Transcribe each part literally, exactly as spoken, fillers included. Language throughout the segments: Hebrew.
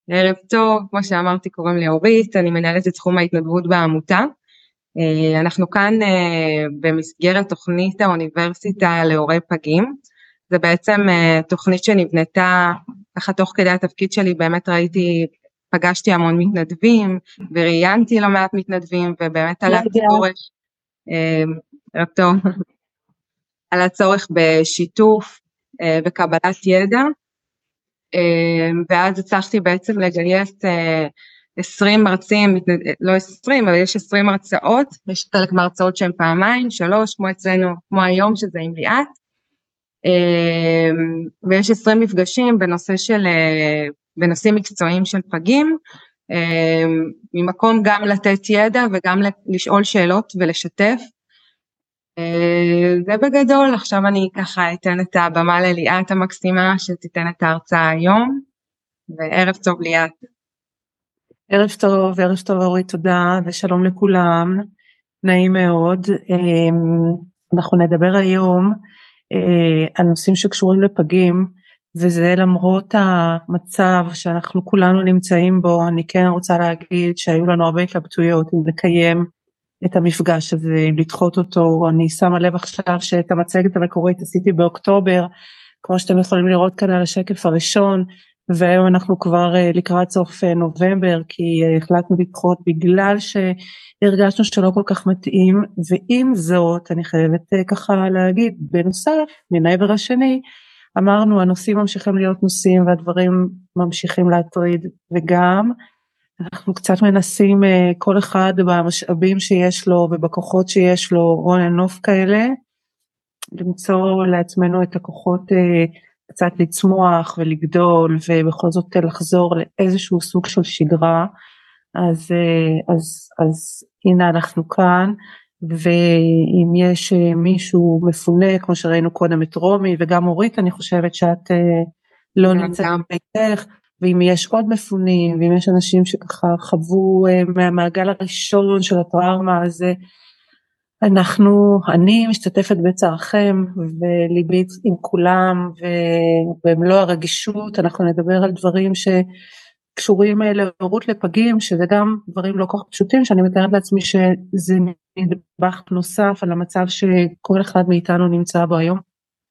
ערב טוב, כמו שאמרתי, קוראים לי אורית, אני מנהלת את תחום ההתנדבות בעמותה. אנחנו כאן במסגרת תוכנית האוניברסיטה להורי פגים. זה בעצם תוכנית שנבנתה, ככה תוך כדי התפקיד שלי באמת ראיתי, פגשתי המון מתנדבים, וראיינתי לא מעט מתנדבים, ובאמת על הצורך, ערב טוב, על הצורך בשיתוף וקבלת ידע. ואז הצלחתי בעצם לגייס עשרים מרצים, לא עשרים, אבל יש עשרים הרצאות, יש חלק מהרצאות שהן פעמיים, שלוש, כמו אצלנו, כמו היום שזה עם ליאת, ויש עשרים מפגשים בנושא של, בנושאים מקצועיים של פגים, ממקום גם לתת ידע וגם לשאול שאלות ולשתף. זה בגדול. עכשיו אני ככה אתן את הבמה לליאת המקסימה שתיתן את ההרצאה היום, וערב טוב ליאת. ערב טוב, ערב טוב אורית, תודה ושלום לכולם, נעים מאוד. אנחנו נדבר היום על נושאים שקשורים לפגים, וזה למרות המצב שאנחנו כולנו נמצאים בו. אני כן רוצה להגיד שהיו לנו הרבה התלבטויות אם לקיים את המפגש הזה, אם לדחות אותו. אני שמה לב עכשיו שאת המצגת המקורית עשיתי באוקטובר, כמו שאתם יכולים לראות כאן על השקף הראשון, והיום אנחנו כבר לקראת סוף נובמבר, כי החלטנו לדחות בגלל שהרגשנו שלא כל כך מתאים. ועם זאת אני חייבת ככה להגיד, בנוסף, מן העבר השני, אמרנו הנושאים ממשיכים להיות נושאים והדברים ממשיכים להטריד, וגם אנחנו קצת מנסים כל אחד במשאבים שיש לו ובכוחות שיש לו on and off כאלה, למצוא לעצמנו את הכוחות קצת לצמוח ולגדול ובכל זאת לחזור לאיזשהו סוג של שגרה. אז, אז, אז הנה אנחנו כאן, ואם יש מישהו מפונה, כמו שראינו קודם את רומי וגם אורית, אני חושבת שאת לא נמצאת ביתך, ואם יש עוד מפונים, ואם יש אנשים שככה חוו מהמעגל הראשון של הטראומה הזה, אנחנו, אני משתתפת בצערכם, וליבי עם כולם, ובמלוא הרגישות. אנחנו נדבר על דברים שקשורים להורות לפגים, שזה גם דברים לא כל כך פשוטים, שאני מתארת לעצמי שזה נדבך נוסף על המצב שכל אחד מאיתנו נמצא בו היום.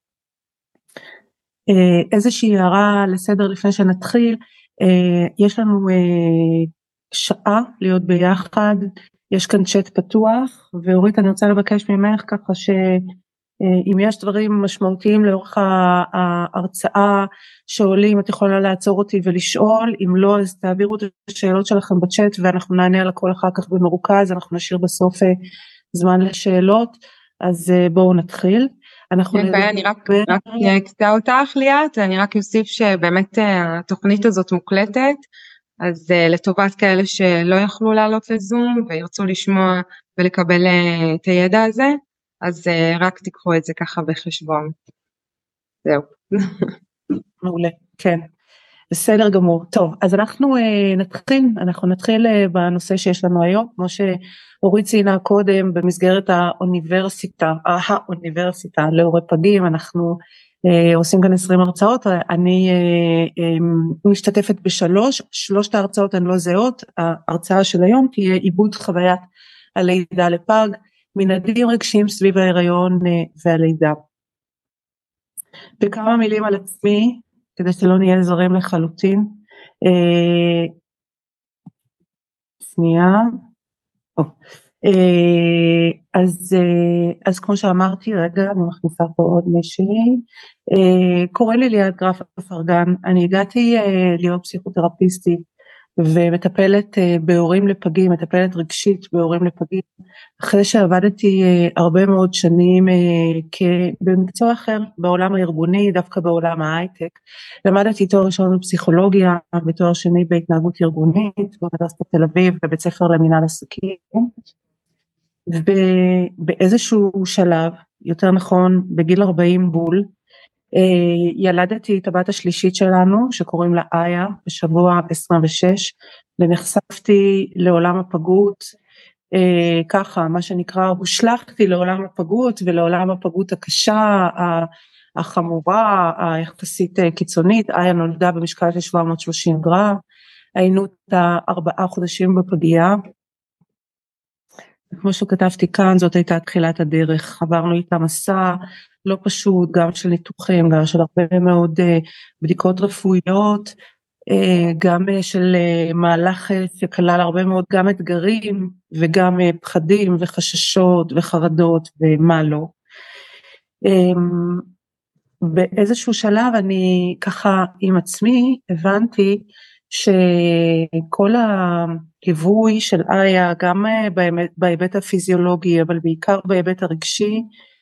איזושהי הערה לסדר לפני שנתחיל, יש לנו שעה להיות ביחד, יש כאן צ'אט פתוח, ואורית אני רוצה לבקש ממך ככה שאם יש דברים משמעותיים לאורך ההרצאה שעולים, את יכולה לעצור אותי ולשאול, אם לא אז תעבירו את השאלות שלכם בצ'אט ואנחנו נענה על הכל אחר כך במרוכז, אנחנו נשאיר בסוף זמן לשאלות. אז בואו נתחיל. אני רק אקטע אותך ליאת, אני רק אוסיף שבאמת התוכנית הזאת מוקלטת, אז לטובת כאלה שלא יכלו לעלות לזום וירצו לשמוע ולקבל את הידע הזה, אז רק תיקחו את זה ככה בחשבון. זהו. מעולה, כן. בסדר גמור. טוב, אז אנחנו נתחיל, אנחנו נתחיל בנושא שיש לנו היום, כמו שאורית ציינה קודם, במסגרת האוניברסיטה, האוניברסיטה להורי פגים, אנחנו עושים כאן עשרים הרצאות, אני משתתפת בשלוש, שלושת ההרצאות הן לא זהות, ההרצאה של היום תהיה עיבוד חוויית הלידה לפג, מנעדים רגשיים סביב ההיריון והלידה. בכמה מילים על עצמי, כדי שלא נהיה זרים לחלוטין, שנייה, אז, אז כמו שאמרתי, רגע, אני מכניסה פה עוד מישהי, קורא לי ליאת גרף אפרגן, אני הגעתי להיות פסיכותרפיסטית, ומטפלת בהורים לפגים, מטפלת רגשית בהורים לפגים, אחרי שעבדתי הרבה מאוד שנים במקצוע אחר, בעולם הארגוני, דווקא בעולם ההייטק, למדתי תואר ראשון בפסיכולוגיה, ותואר שני בהתנהגות ארגונית, באוניברסיטת תל אביב, בבית ספר למינהל עסקים, ובאיזשהו שלב, יותר נכון בגיל ארבעים בול, ילדתי את הבת השלישית שלנו שקוראים לה איה בשבוע עשרים ושש, ונחשפתי לעולם הפגות, ככה מה שנקרא הושלכתי לעולם הפגות ולעולם הפגות הקשה, החמורה, היחסית קיצונית. איה נולדה במשקל של שבע מאות ושלושים גרם, היינו את הארבעה חודשים בפגייה, כמו שכתבתי כאן, זאת הייתה תחילת הדרך, עברנו איתה מסע לא פשוט, גם של ניתוחים, גם של הרבה מאוד בדיקות רפואיות, גם של מהלך שכלל הרבה מאוד גם אתגרים, וגם פחדים וחששות וחרדות ומה לא. באיזשהו שלב אני ככה עם עצמי הבנתי שכל הליווי של איה, גם בהיבט, בהיבט הפיזיולוגי, אבל בעיקר בהיבט הרגשי,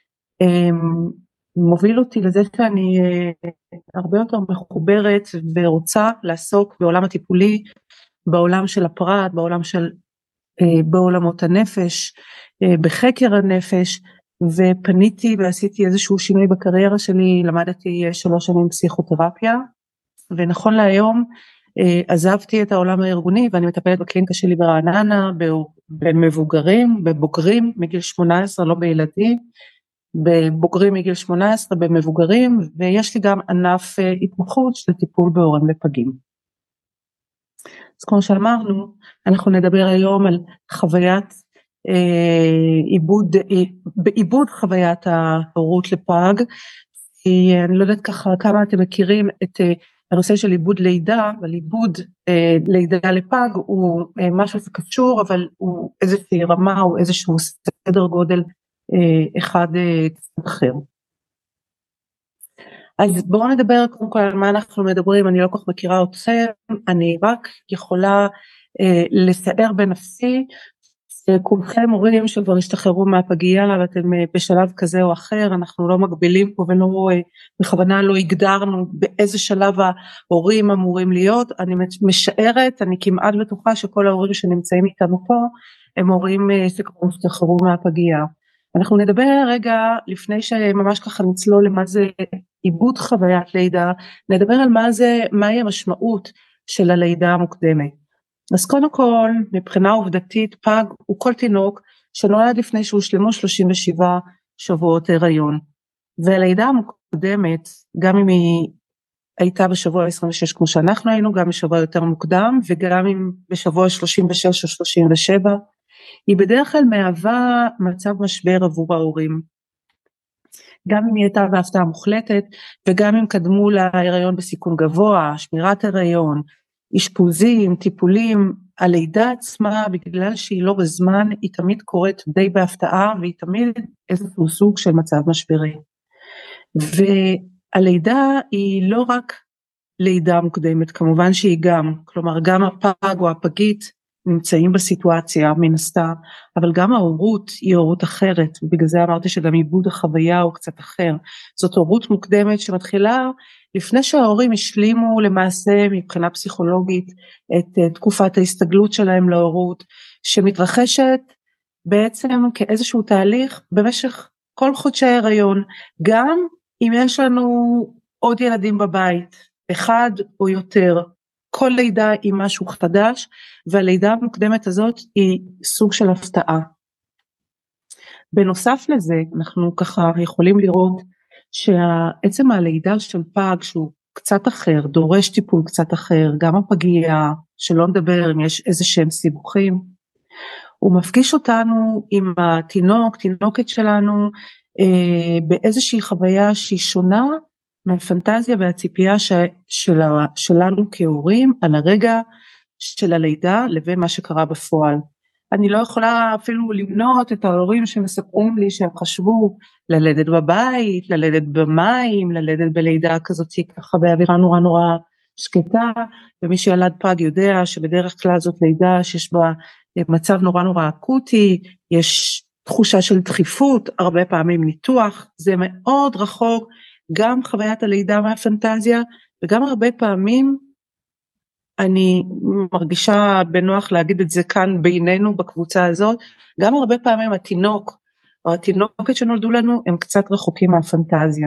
מוביל אותי לזה שאני הרבה יותר מחוברת ורוצה לעסוק בעולם הטיפולי, בעולם של הפרט, בעולם של, בעולמות הנפש, בחקר הנפש, ופניתי ועשיתי איזשהו שינוי בקריירה שלי, למדתי שלוש שנים פסיכותרפיה, ונכון להיום עזבתי את העולם הארגוני, ואני מטפלת בקליניקה שלי ברעננה, במבוגרים, בבוגרים מגיל שמונה עשרה, לא בילדים, בבוגרים מגיל שמונה עשרה, במבוגרים, ויש לי גם ענף התמחות של טיפול בהורים לפגים. אז כמו שאמרנו, אנחנו נדבר היום על חוויית עיבוד, בעיבוד חוויית ההורות לפג, אני לא יודעת ככה כמה אתם מכירים את הנושא של עיבוד לידה, אבל עיבוד לידה לפג הוא משהו שקשור, אבל הוא איזושהי רמה או איזשהו סדר גודל אחד אחר. אז בואו נדבר קודם כל על מה אנחנו מדברים, אני לא כל כך מכירה אתכם, אני רק יכולה לסער בנפסי, כולכם הורים שכבר השתחררו מהפגייה, ואתם בשלב כזה או אחר, אנחנו לא מגבילים פה ולא, בכוונה לא הגדרנו באיזה שלב ההורים אמורים להיות, אני משערת, אני כמעט בטוחה שכל ההורים שנמצאים איתנו פה, הם הורים שכבר השתחררו מהפגייה. אנחנו נדבר רגע, לפני שממש ככה נצלול למה זה עיבוד חוויית לידה, נדבר על מה זה, מהי המשמעות של הלידה המוקדמת. אז קודם כל, מבחינה עובדתית, פג הוא כל תינוק שנולד לפני שהושלמו שלושים ושבעה שבועות הריון. והלידה המוקדמת, גם אם היא הייתה בשבוע עשרים ושש כמו שאנחנו היינו, גם בשבוע יותר מוקדם, וגם אם בשבוע שלושים ושש או שלושים ושבע, היא בדרך כלל מהווה מצב משבר עבור ההורים. גם אם היא הייתה בהפתעה מוחלטת, וגם אם קדמו להיריון בסיכון גבוה, שמירת הריון, אשפוזים, טיפולים, הלידה עצמה, בגלל שהיא לא בזמן, היא תמיד קורית די בהפתעה, והיא תמיד איזשהו סוג של מצב משברי. והלידה היא לא רק לידה מוקדמת, כמובן שהיא גם, כלומר גם הפג או הפגית נמצאים בסיטואציה מן הסתם, אבל גם ההורות היא הורות אחרת, ובגלל זה אמרתי שגם עיבוד החוויה הוא קצת אחר. זאת הורות מוקדמת שמתחילה לפני שההורים השלימו למעשה מבחינה פסיכולוגית את תקופת ההסתגלות שלהם להורות, שמתרחשת בעצם כאיזשהו תהליך במשך כל חודשי ההיריון, גם אם יש לנו עוד ילדים בבית, אחד או יותר, כל לידה היא משהו חדש, והלידה המוקדמת הזאת היא סוג של הפתעה. בנוסף לזה, אנחנו ככה יכולים לראות, שעצם הלידה של פג שהוא קצת אחר, דורש טיפול קצת אחר, גם הפגייה, שלא נדבר אם יש איזה שהם סיבוכים, הוא מפגיש אותנו עם התינוק, תינוקת שלנו, אה, באיזושהי חוויה שהיא שונה, מהפנטזיה והציפייה ש, של, שלנו כהורים, על הרגע של הלידה, לבין מה שקרה בפועל. אני לא יכולה אפילו למנות את ההורים שמספרים לי שהם חשבו ללדת בבית, ללדת במים, ללדת בלידה כזאת ככה באווירה נורא נורא שקטה, ומי שילד פג יודע שבדרך כלל זאת לידה שיש בה מצב נורא נורא אקוטי, יש תחושה של דחיפות, הרבה פעמים ניתוח, זה מאוד רחוק, גם חוויית הלידה מהפנטזיה, וגם הרבה פעמים, אני מרגישה בנוח להגיד את זה כאן בינינו בקבוצה הזאת, גם הרבה פעמים התינוק או התינוקת שנולדו לנו הם קצת רחוקים מהפנטזיה.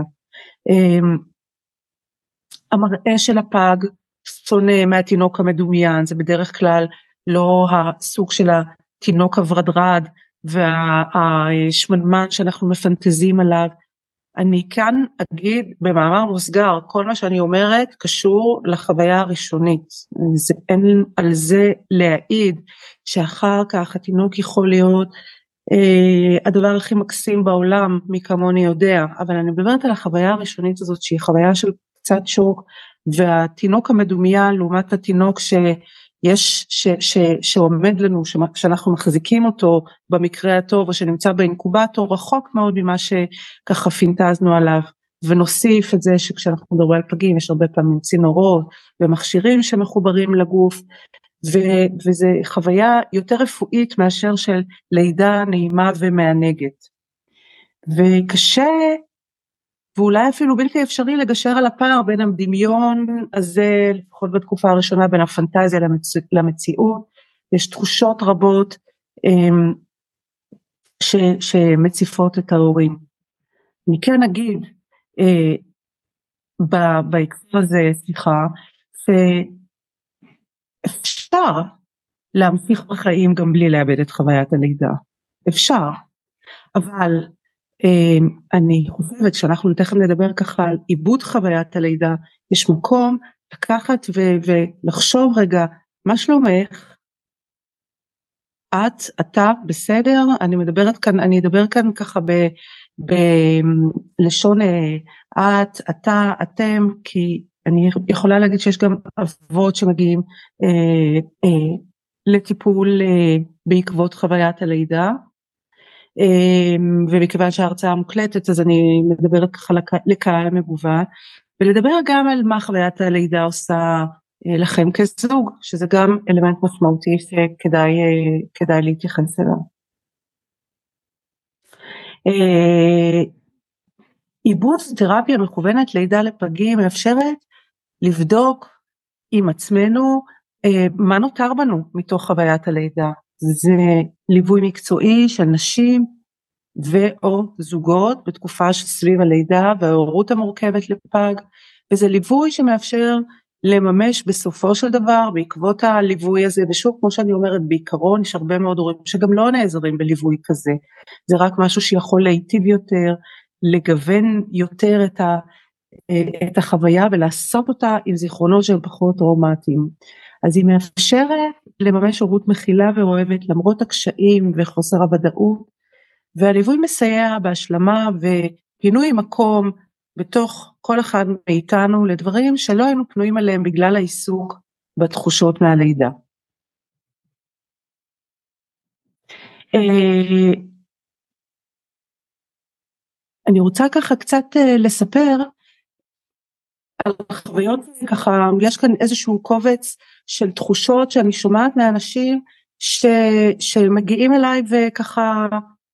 המראה של הפג שונה מהתינוק המדומיין, זה בדרך כלל לא הסוג של התינוק הוורדרד והשמנמן שאנחנו מפנטזים עליו, אני כאן אגיד במאמר מוסגר, כל מה שאני אומרת קשור לחוויה הראשונית, זה, אין על זה להעיד שאחר כך התינוק יכול להיות אה, הדבר הכי מקסים בעולם, מי כמוני יודע, אבל אני מדברת על החוויה הראשונית הזאת שהיא חוויה של קצת שוק, והתינוק המדומיין לעומת התינוק שיש, ש, ש, שעומד לנו, שאנחנו מחזיקים אותו במקרה הטוב, או שנמצא באינקובטור, רחוק מאוד ממה שככה פינטזנו עליו, ונוסיף את זה שכשאנחנו מדברים על פגים, יש הרבה פעמים צינורות, ומכשירים שמחוברים לגוף, ו- וזה חוויה יותר רפואית מאשר של לידה נעימה ומענגת, וקשה, ואולי אפילו בלתי אפשרי לגשר על הפער בין הדמיון הזה, לפחות בתקופה הראשונה, בין הפנטזיה למצ... למציאות. יש תחושות רבות um, ש... שמציפות את ההורים. אני כן אגיד uh, בהקשר הזה, סליחה, שאפשר להמשיך בחיים גם בלי לאבד את חוויית הלידה. אפשר, אבל אני חושבת שאנחנו תכף נדבר ככה על עיבוד חוויית הלידה, יש מקום לקחת ו- ולחשוב רגע, מה שלומך? את, אתה בסדר? אני מדברת כאן, אני אדבר כאן ככה ב- בלשון את, אתה, אתם, כי אני יכולה להגיד שיש גם אבות שמגיעים אה, אה, לטיפול אה, בעקבות חוויית הלידה, ומכיוון שההרצאה מוקלטת אז אני מדברת ככה לקהל מגוון, ולדבר גם על מה חוויית הלידה עושה לכם כזוג, שזה גם אלמנט משמעותי שכדאי כדאי להתייחס אליו. עיבוד תרפיה מכוונת לידה לפגים מאפשרת לבדוק עם עצמנו מה נותר בנו מתוך חוויית הלידה. זה ליווי מקצועי של נשים ואו זוגות בתקופה שסביב הלידה וההורות המורכבת לפג, וזה ליווי שמאפשר לממש בסופו של דבר בעקבות הליווי הזה, ושוב כמו שאני אומרת בעיקרון יש הרבה מאוד הורים שגם לא נעזרים בליווי כזה, זה רק משהו שיכול להיטיב יותר, לגוון יותר את, ה, את החוויה ולעשות אותה עם זיכרונות שהם פחות טראומטיים. אז היא מאפשרת לממש הורות מכילה ואוהבת למרות הקשיים וחוסר הוודאות, והליווי מסייע בהשלמה ופינוי מקום בתוך כל אחד מאיתנו לדברים שלא היינו פנויים עליהם בגלל העיסוק בתחושות מהלידה. אני רוצה ככה קצת לספר על חוויות, ככה יש כאן איזשהו קובץ של תחושות שאני שומעת מאנשים ש, שמגיעים אליי וככה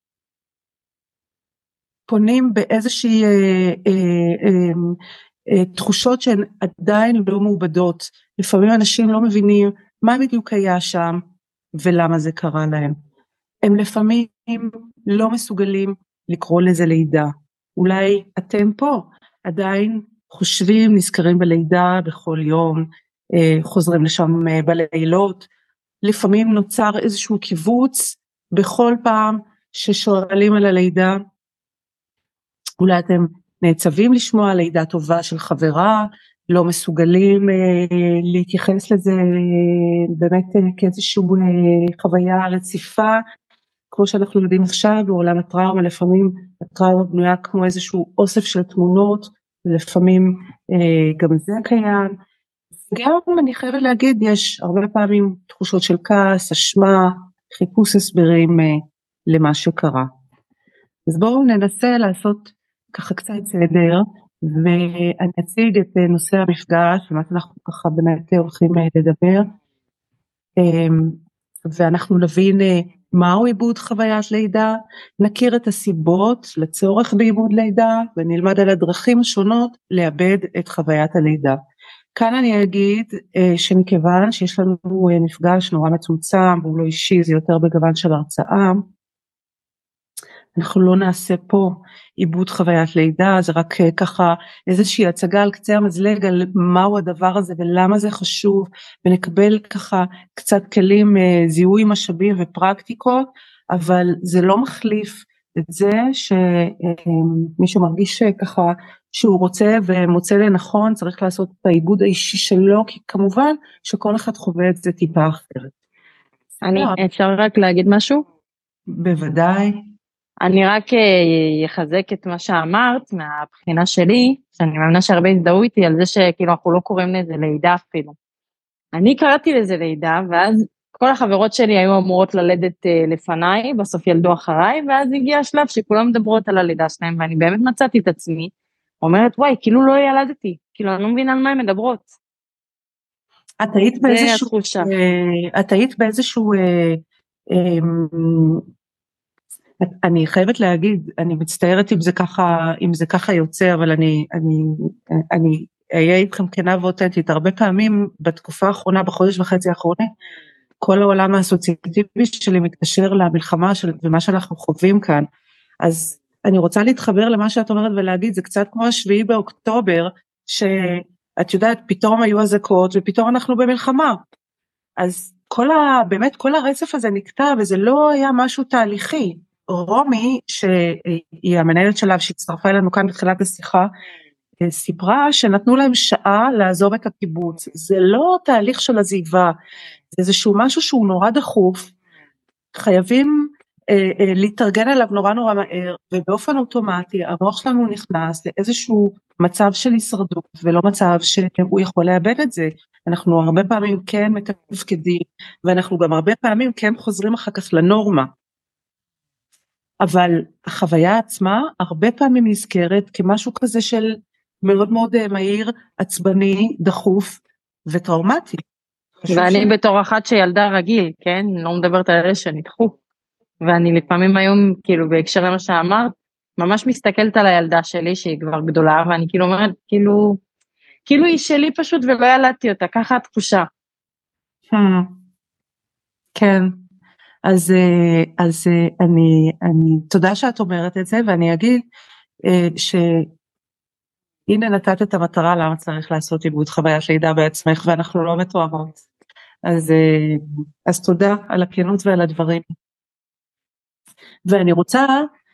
פונים באיזושהי אה, אה, אה, אה, תחושות שהן עדיין לא מעובדות, לפעמים אנשים לא מבינים מה בדיוק היה שם ולמה זה קרה להם, הם לפעמים לא מסוגלים לקרוא לזה לידה, אולי אתם פה עדיין חושבים, נזכרים בלידה בכל יום, חוזרים לשם בלילות, לפעמים נוצר איזשהו קיבוץ בכל פעם ששואלים על הלידה, אולי אתם נעצבים לשמוע על לידה טובה של חברה, לא מסוגלים להתייחס לזה באמת כאיזושהי חוויה רציפה, כמו שאנחנו יודעים עכשיו בעולם הטראומה, לפעמים הטראומה בנויה כמו איזשהו אוסף של תמונות, לפעמים אה, גם זה קיים, גם אני חייבת להגיד יש הרבה פעמים תחושות של כעס, אשמה, חיפוש הסברים אה, למה שקרה. אז בואו ננסה לעשות ככה קצת סדר, ואני אציג את אה, נושא המפגש, ומה אנחנו ככה באמת הולכים אה, לדבר, אה, ואנחנו נבין אה, מהו עיבוד חוויית לידה, נכיר את הסיבות לצורך בעיבוד לידה, ונלמד על הדרכים השונות לאבד את חוויית הלידה. כאן אני אגיד אה, שמכיוון שיש לנו אה, מפגש נורא מצומצם, והוא לא אישי, זה יותר בגוון של הרצאה, אנחנו לא נעשה פה עיבוד חוויית לידה, זה רק אה, ככה איזושהי הצגה על קצה המזלג, על מהו הדבר הזה ולמה זה חשוב, ונקבל ככה קצת כלים, אה, זיהוי משאבים ופרקטיקות, אבל זה לא מחליף את זה שמי שמרגיש ככה שהוא רוצה ומוצא לנכון צריך לעשות את העיבוד האישי שלו, כי כמובן שכל אחד חווה את זה טיפה אחרת. אני, אפשר רק להגיד משהו? בוודאי. אני רק יחזק את מה שאמרת מהבחינה שלי, שאני מאמינה שהרבה הזדהו איתי על זה שכאילו אנחנו לא קוראים לזה לידה אפילו. אני קראתי לזה לידה, ואז כל החברות שלי היו אמורות ללדת לפניי, בסוף ילדו אחריי, ואז הגיע השלב שכולם מדברות על הלידה שלהם, ואני באמת מצאתי את עצמי, אומרת וואי, כאילו לא ילדתי, כאילו אני לא מבינה על מה הן מדברות. את היית באיזשהו, את היית באיזשהו, אני חייבת להגיד, אני מצטערת אם זה ככה, אם זה ככה יוצא, אבל אני, אני, אני אהיה איתכם כנה ואותנטית, הרבה פעמים בתקופה האחרונה, בחודש וחצי האחרונה, כל העולם האסוציאטיבי שלי מתקשר למלחמה של, ומה שאנחנו חווים כאן, אז אני רוצה להתחבר למה שאת אומרת ולהגיד, זה קצת כמו השביעי באוקטובר, שאת יודעת, פתאום היו הזקות, ופתאום אנחנו במלחמה, אז כל ה, באמת כל הרצף הזה נקטע, וזה לא היה משהו תהליכי. רומי, שהיא המנהלת שלב, שהצטרפה אלינו כאן בתחילת השיחה, סיפרה שנתנו להם שעה לעזוב את הקיבוץ, זה לא תהליך של עזיבה, זה איזשהו משהו שהוא נורא דחוף, חייבים אה, אה, להתארגן עליו נורא נורא מהר, ובאופן אוטומטי המוח שלנו נכנס לאיזשהו מצב של הישרדות, ולא מצב שהוא יכול לאבד את זה, אנחנו הרבה פעמים כן מתפקדים, ואנחנו גם הרבה פעמים כן חוזרים אחר כך לנורמה, אבל החוויה עצמה הרבה פעמים נזכרת כמשהו כזה של מאוד מאוד מהיר, עצבני, דחוף וטראומטי. ואני בתור אחת שילדה רגיל, כן? לא מדברת על אלה שנדחו. ואני לפעמים היום, כאילו, בהקשר למה שאמרת, ממש מסתכלת על הילדה שלי, שהיא כבר גדולה, ואני כאילו אומרת, כאילו, כאילו היא שלי פשוט ולא ילדתי אותה, ככה התחושה. כן. אז, אז אני, אני, תודה שאת אומרת את זה, ואני אגיד שהנה נתת את המטרה למה צריך לעשות עיבוד חוויית לידה בעצמך, ואנחנו לא מתואמות. אז, אז תודה על הכנות ועל הדברים. ואני רוצה,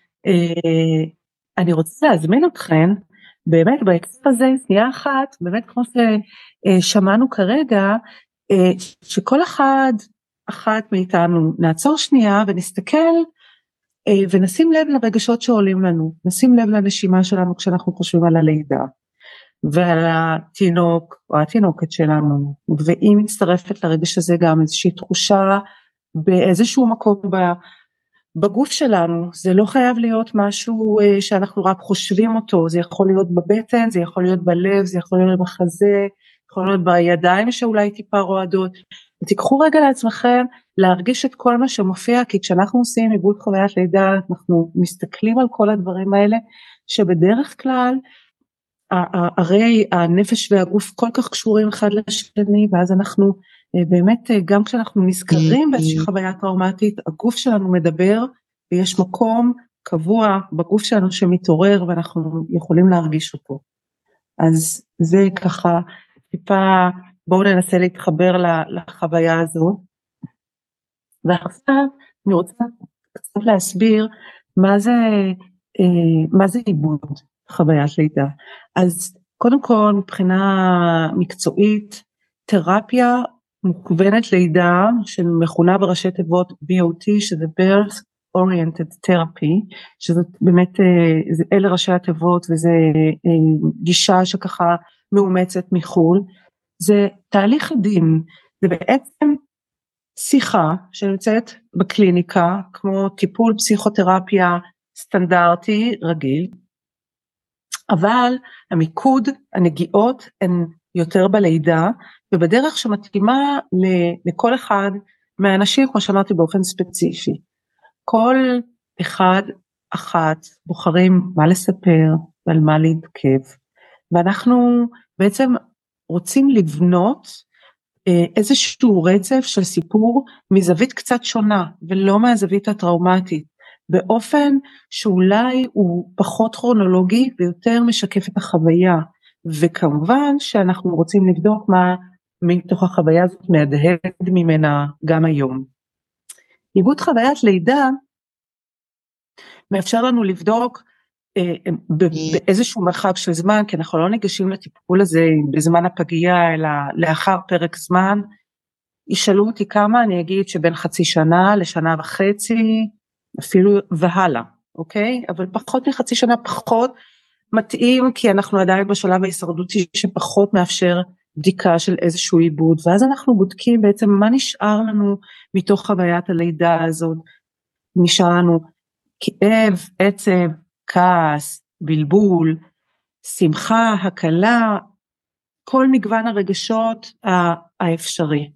אני רוצה להזמין אתכן, באמת בהקשר הזה, שנייה אחת, באמת כמו ששמענו כרגע, שכל אחד, אחת מאיתנו נעצור שנייה ונסתכל ונשים לב לרגשות שעולים לנו, נשים לב לנשימה שלנו כשאנחנו חושבים על הלידה ועל התינוק או התינוקת שלנו, ואם מצטרפת לרגש הזה גם איזושהי תחושה באיזשהו מקום בגוף שלנו, זה לא חייב להיות משהו שאנחנו רק חושבים אותו, זה יכול להיות בבטן, זה יכול להיות בלב, זה יכול להיות בחזה, יכול להיות בידיים שאולי טיפה רועדות, תיקחו רגע לעצמכם להרגיש את כל מה שמופיע, כי כשאנחנו עושים עיבוד חוויית לידה, אנחנו מסתכלים על כל הדברים האלה, שבדרך כלל, הרי הנפש והגוף כל כך קשורים אחד לשני, ואז אנחנו באמת, גם כשאנחנו נזכרים באיזושהי חוויה טראומטית, הגוף שלנו מדבר, ויש מקום קבוע בגוף שלנו שמתעורר, ואנחנו יכולים להרגיש אותו. אז זה ככה, טיפה, בואו ננסה להתחבר לחוויה הזו, ועכשיו אני רוצה קצת להסביר מה זה, מה זה עיבוד חוויית לידה. אז קודם כל מבחינה מקצועית, תרפיה מוכוונת לידה שמכונה בראשי תיבות בי או טי, שזה Birth Oriented Therapy, שזאת באמת, אלה ראשי התיבות וזה גישה שככה מאומצת מחול, זה תהליך עדין, זה בעצם שיחה שנמצאת בקליניקה, כמו טיפול פסיכותרפיה סטנדרטי רגיל, אבל המיקוד, הנגיעות הן יותר בלידה, ובדרך שמתאימה לכל אחד מהאנשים, כמו שאמרתי באופן ספציפי. כל אחד, אחת, בוחרים מה לספר ועל מה להתעכב, ואנחנו בעצם רוצים לבנות איזשהו רצף של סיפור מזווית קצת שונה, ולא מהזווית הטראומטית, באופן שאולי הוא פחות כרונולוגי, ויותר משקף את החוויה, וכמובן שאנחנו רוצים לבדוק מה מתוך החוויה הזאת מהדהד ממנה גם היום. עיבוד חוויית לידה, מאפשר לנו לבדוק באיזשהו מרחק של זמן, כי אנחנו לא ניגשים לטיפול הזה בזמן הפגיעה, אלא לאחר פרק זמן. ישאלו אותי כמה, אני אגיד שבין חצי שנה לשנה וחצי, אפילו והלאה, אוקיי? אבל פחות מחצי שנה פחות מתאים, כי אנחנו עדיין בשלב ההישרדותי שפחות מאפשר בדיקה של איזשהו עיבוד, ואז אנחנו בודקים בעצם מה נשאר לנו מתוך חוויית הלידה הזאת. נשאר לנו כאב, עצב, כעס, בלבול, שמחה, הקלה, כל מגוון הרגשות האפשרי.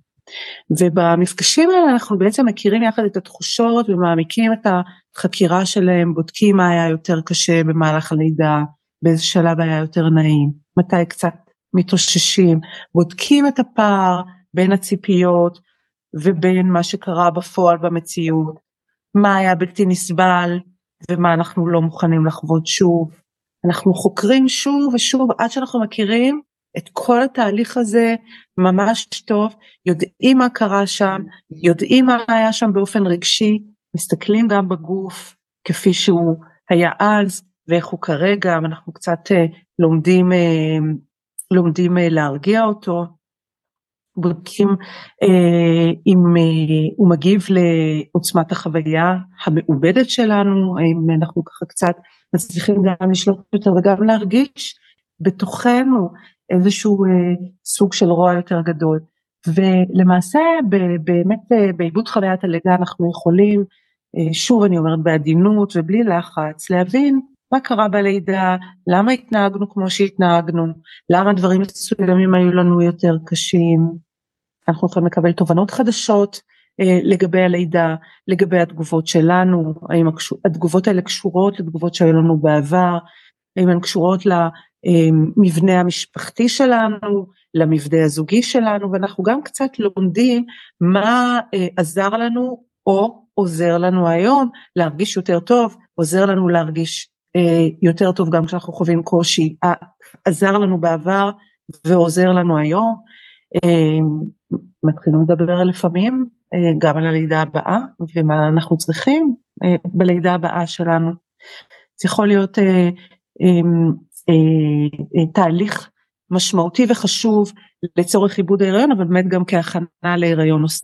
ובמפגשים האלה אנחנו בעצם מכירים יחד את התחושות ומעמיקים את החקירה שלהם, בודקים מה היה יותר קשה במהלך הלידה, באיזה שלב היה יותר נעים, מתי קצת מתאוששים, בודקים את הפער בין הציפיות ובין מה שקרה בפועל במציאות, מה היה בלתי נסבל ומה אנחנו לא מוכנים לחוות שוב. אנחנו חוקרים שוב ושוב עד שאנחנו מכירים את כל התהליך הזה ממש טוב, יודעים מה קרה שם, יודעים מה היה שם באופן רגשי, מסתכלים גם בגוף כפי שהוא היה אז ואיך הוא כרגע, אנחנו קצת לומדים, לומדים להרגיע אותו, בודקים אה, אם אה, הוא מגיב לעוצמת החוויה המעובדת שלנו, האם אנחנו ככה קצת מצליחים גם לשלוט יותר וגם להרגיש בתוכנו איזשהו אה, סוג של רוע יותר גדול. ולמעשה ב- באמת אה, בעיבוד חוויית הלידה אנחנו יכולים, אה, שוב אני אומרת בעדינות ובלי לחץ, להבין מה קרה בלידה, למה התנהגנו כמו שהתנהגנו, למה דברים מסוימים היו לנו יותר קשים. אנחנו יכולים לקבל תובנות חדשות אה, לגבי הלידה, לגבי התגובות שלנו, האם התגובות האלה קשורות לתגובות שהיו לנו בעבר, האם הן קשורות למבנה המשפחתי שלנו, למבנה הזוגי שלנו, ואנחנו גם קצת לומדים מה אה, עזר לנו או עוזר לנו היום להרגיש יותר טוב, עוזר לנו להרגיש יותר טוב גם כשאנחנו חווים קושי, עזר לנו בעבר ועוזר לנו היום. מתחילים לדבר לפעמים גם על הלידה הבאה ומה אנחנו צריכים בלידה הבאה שלנו. זה יכול להיות תהליך משמעותי וחשוב לצורך עיבוד ההיריון, אבל באמת גם כהכנה להיריון נוסף,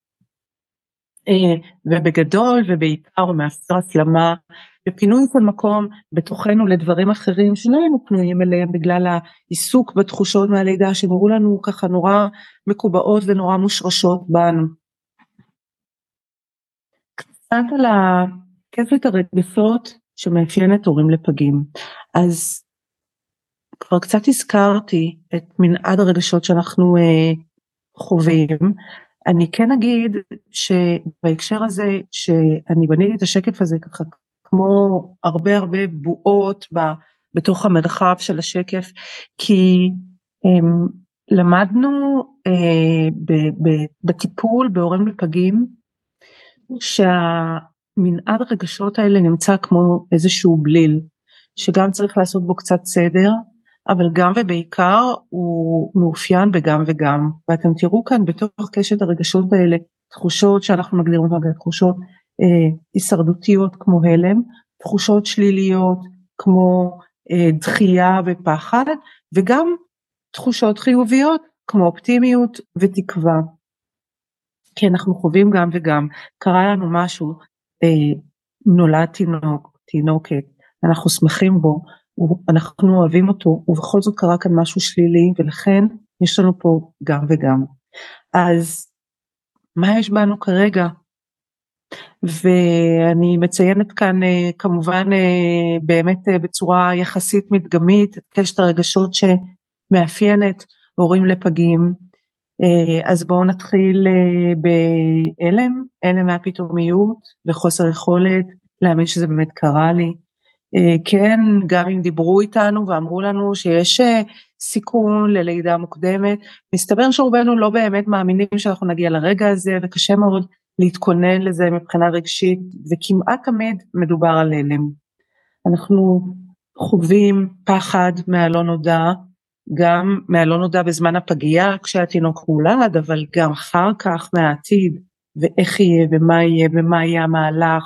ובגדול ובעיקר מאפשר הסלמה ופינוי כל מקום בתוכנו לדברים אחרים שלא היינו פנויים אליהם בגלל העיסוק בתחושות מהלידה שנראו לנו ככה נורא מקובעות ונורא מושרשות בנו. קצת על הכפלת הרגשות שמאפיינת הורים לפגים. אז כבר קצת הזכרתי את מנעד הרגשות שאנחנו אה, חווים. אני כן אגיד שבהקשר הזה שאני בניתי את השקף הזה ככה כמו הרבה הרבה בועות ב, בתוך המרחב של השקף, כי הם, למדנו אה, ב, ב, בטיפול בהורים לפגים, שהמנעד הרגשות האלה נמצא כמו איזשהו בליל, שגם צריך לעשות בו קצת סדר, אבל גם ובעיקר הוא מאופיין בגם וגם, ואתם תראו כאן בתוך קשת הרגשות האלה, תחושות שאנחנו מגדירים אותן, תחושות אה, הישרדותיות כמו הלם, תחושות שליליות כמו אה, דחייה ופחד, וגם תחושות חיוביות כמו אופטימיות ותקווה. כי אנחנו חווים גם וגם, קרה לנו משהו, אה, נולד תינוק, תינוקת, אנחנו שמחים בו, אנחנו אוהבים אותו, ובכל זאת קרה כאן משהו שלילי, ולכן יש לנו פה גם וגם. אז מה יש בנו כרגע? ואני מציינת כאן כמובן באמת בצורה יחסית מדגמית, את קשת הרגשות שמאפיינת הורים לפגים. אז בואו נתחיל בהלם, הלם מהפתאומיות וחוסר יכולת להאמין שזה באמת קרה לי. כן, גם אם דיברו איתנו ואמרו לנו שיש סיכון ללידה מוקדמת, מסתבר שרובנו לא באמת מאמינים שאנחנו נגיע לרגע הזה, וקשה מאוד להתכונן לזה מבחינה רגשית, וכמעט תמיד מדובר על הלם. אנחנו חווים פחד מהלא נודע, גם מהלא נודע בזמן הפגיעה כשהתינוק מולד, אבל גם אחר כך מהעתיד, ואיך יהיה ומה יהיה ומה יהיה המהלך,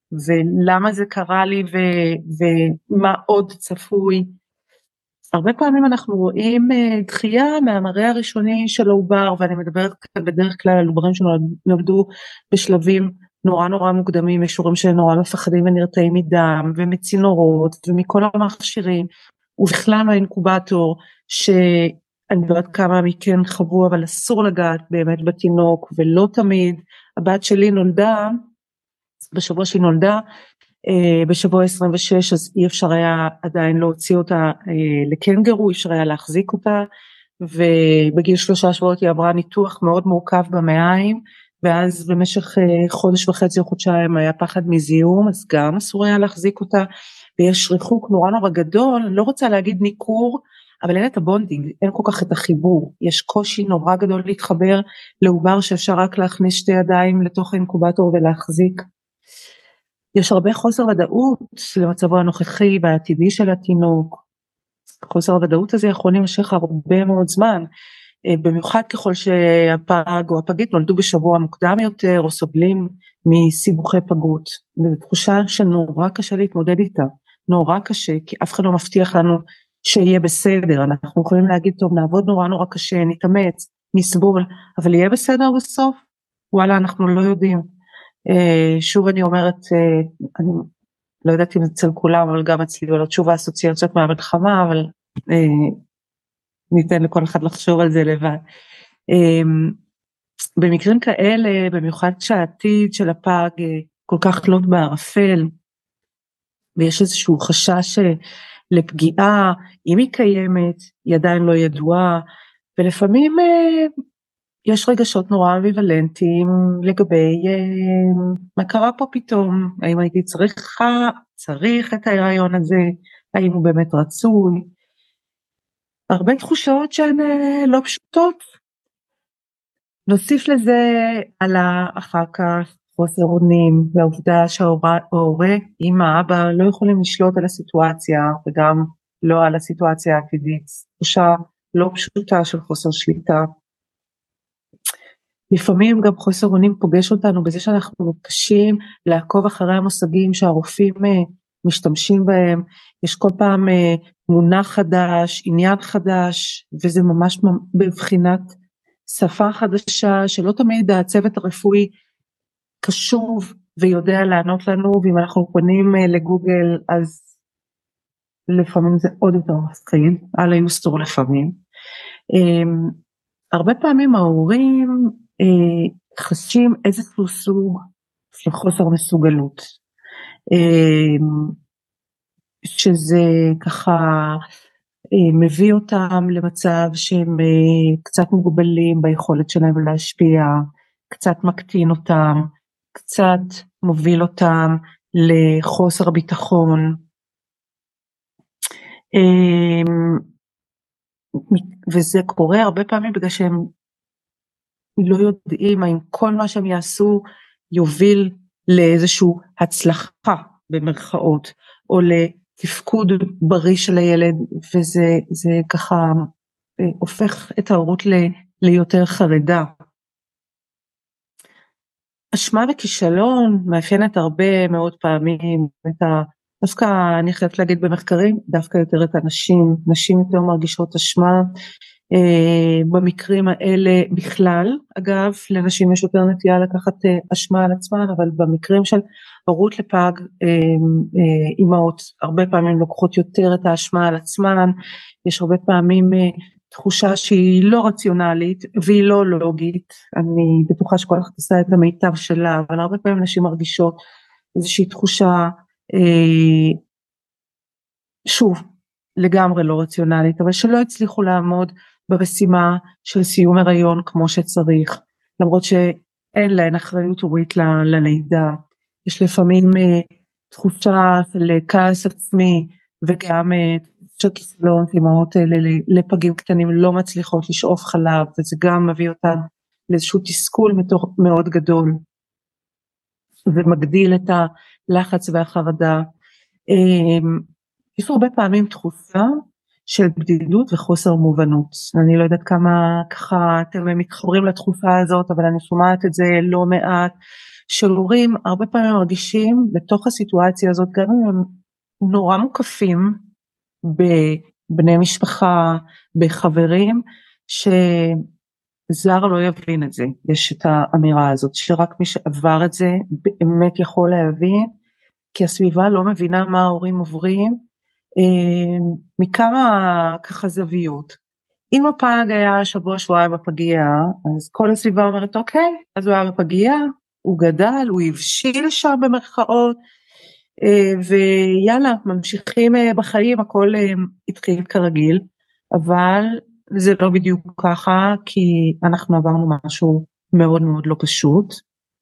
ולמה זה קרה לי ו- ומה עוד צפוי. הרבה פעמים אנחנו רואים דחייה מהמראה הראשוני של העובר, ואני מדברת בדרך כלל על עוברים שנולדו בשלבים נורא נורא מוקדמים, יש הורים שנורא מפחדים ונרתעים מדם ומצינורות ומכל המכשירים, ובכלל האינקובטור שאני לא יודעת כמה מכן חוו, אבל אסור לגעת באמת בתינוק, ולא תמיד. הבת שלי נולדה, בשבוע שהיא נולדה, בשבוע עשרים ושש, אז אי אפשר היה עדיין להוציא אותה לקנגרו, אי אפשר היה להחזיק אותה, ובגיל שלושה שבועות היא עברה ניתוח מאוד מורכב במעיים, ואז במשך חודש וחצי או חודשיים היה פחד מזיהום, אז גם אסור היה להחזיק אותה, ויש ריחוק נורא נורא גדול, אני לא רוצה להגיד ניכור, אבל אין את הבונדינג, אין כל כך את החיבור, יש קושי נורא גדול להתחבר לעובר שאפשר רק להכניס שתי ידיים לתוך האינקובטור ולהחזיק. יש הרבה חוסר ודאות למצבו הנוכחי והעתידי של התינוק, חוסר הוודאות הזה יכול להימשך הרבה מאוד זמן, במיוחד ככל שהפג או הפגית נולדו בשבוע מוקדם יותר, או סובלים מסיבוכי פגות, וזו תחושה שנורא קשה להתמודד איתה, נורא קשה, כי אף אחד לא מבטיח לנו שיהיה בסדר, אנחנו יכולים להגיד טוב, נעבוד נורא נורא קשה, נתאמץ, נסבול, אבל יהיה בסדר בסוף? וואלה, אנחנו לא יודעים. שוב אני אומרת, אני לא יודעת אם אצל כולם, אבל גם אצלי, אבל שוב האסוציאציות מהמלחמה, אבל ניתן לכל אחד לחשוב על זה לבד. במקרים כאלה, במיוחד שהעתיד של הפג כל כך לוט בערפל, ויש איזשהו חשש לפגיעה, אם היא קיימת, היא עדיין לא ידועה, ולפעמים יש רגשות נורא אמיוולנטיים לגבי מה קרה פה פתאום, האם הייתי צריכה, צריך את ההיריון הזה, האם הוא באמת רצוי, הרבה תחושות שהן לא פשוטות. נוסיף לזה על אחר כך חוסר אונים, והעובדה שההורה, אמא, אבא לא יכולים לשלוט על הסיטואציה, וגם לא על הסיטואציה העתידית, תחושה לא פשוטה של חוסר שליטה. לפעמים גם חוסר אונים פוגש אותנו בזה שאנחנו מתקשים לעקוב אחרי המושגים שהרופאים משתמשים בהם, יש כל פעם מונח חדש, עניין חדש, וזה ממש בבחינת שפה חדשה, שלא תמיד הצוות הרפואי קשוב ויודע לענות לנו, ואם אנחנו פונים לגוגל, אז לפעמים זה עוד יותר מפחיד, על היוסטור לפעמים. הרבה פעמים ההורים חשים איזשהו סוג של חוסר מסוגלות, שזה ככה מביא אותם למצב שהם קצת מוגבלים ביכולת שלהם להשפיע, קצת מקטין אותם, קצת מוביל אותם לחוסר ביטחון, וזה קורה הרבה פעמים בגלל שהם לא יודעים האם כל מה שהם יעשו יוביל לאיזשהו הצלחה במרכאות, או לתפקוד בריא של הילד, וזה זה ככה הופך את ההורות ליותר חרדה. אשמה וכישלון מאפיינת הרבה מאוד פעמים את ה... דווקא אני חייבת להגיד במחקרים, דווקא יותר את הנשים, נשים יותר מרגישות אשמה, אה, במקרים האלה בכלל, אגב, לנשים יש יותר נטייה לקחת אה, אשמה על עצמן, אבל במקרים של הורות לפג, אה, אה, אימהות, הרבה פעמים לוקחות יותר את האשמה על עצמן, יש הרבה פעמים אה, תחושה שהיא לא רציונלית, והיא לא לוגית, אני בטוחה שכל אחת עושה את המיטב שלה, אבל הרבה פעמים נשים מרגישות איזושהי תחושה, אה, שוב, לגמרי לא רציונלית, אבל שלא הצליחו לעמוד במשימה של סיום הריון כמו שצריך, למרות שאין להן אחריות הורית ללידה, יש לפעמים אה, תחושה של כעס עצמי, וגם אה, של כישלון, אמהות האלה לפגים קטנים לא מצליחות לשאוף חלב, וזה גם מביא אותן לאיזשהו תסכול מאוד גדול, ומגדיל את הלחץ והחרדה. יש הרבה פעמים תחושה של בדידות וחוסר מובנות, אני לא יודעת כמה ככה אתם מתחברים לתחושה הזאת, אבל אני שומעת את זה לא מעט, של הורים הרבה פעמים מרגישים בתוך הסיטואציה הזאת, גם אם הם נורא מוקפים בבני משפחה, בחברים, שזר לא יבין את זה. יש את האמירה הזאת, שרק מי שעבר את זה באמת יכול להבין, כי הסביבה לא מבינה מה ההורים עוברים, מכמה ככה זוויות. אם הפג היה שבוע שבועיים בפגיעה, אז כל הסביבה אומרת, אוקיי, אז הוא היה בפגיעה, הוא גדל, הוא הבשיל שם במרכאות, ויאללה, ממשיכים בחיים, הכל התחיל כרגיל, אבל זה לא בדיוק ככה, כי אנחנו עברנו משהו מאוד מאוד לא פשוט,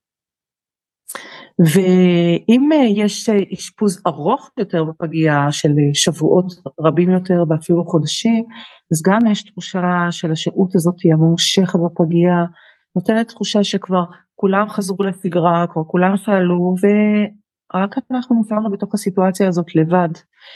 ואם יש אשפוז ארוך יותר בפגיעה של שבועות רבים יותר ואפילו חודשים, אז גם יש תחושה של השהות הזאת הממושכת בפגיעה, נותנת תחושה שכבר כולם חזרו לסגרה, כבר כולם פעלו, ורק אנחנו נפערנו בתוך הסיטואציה הזאת לבד,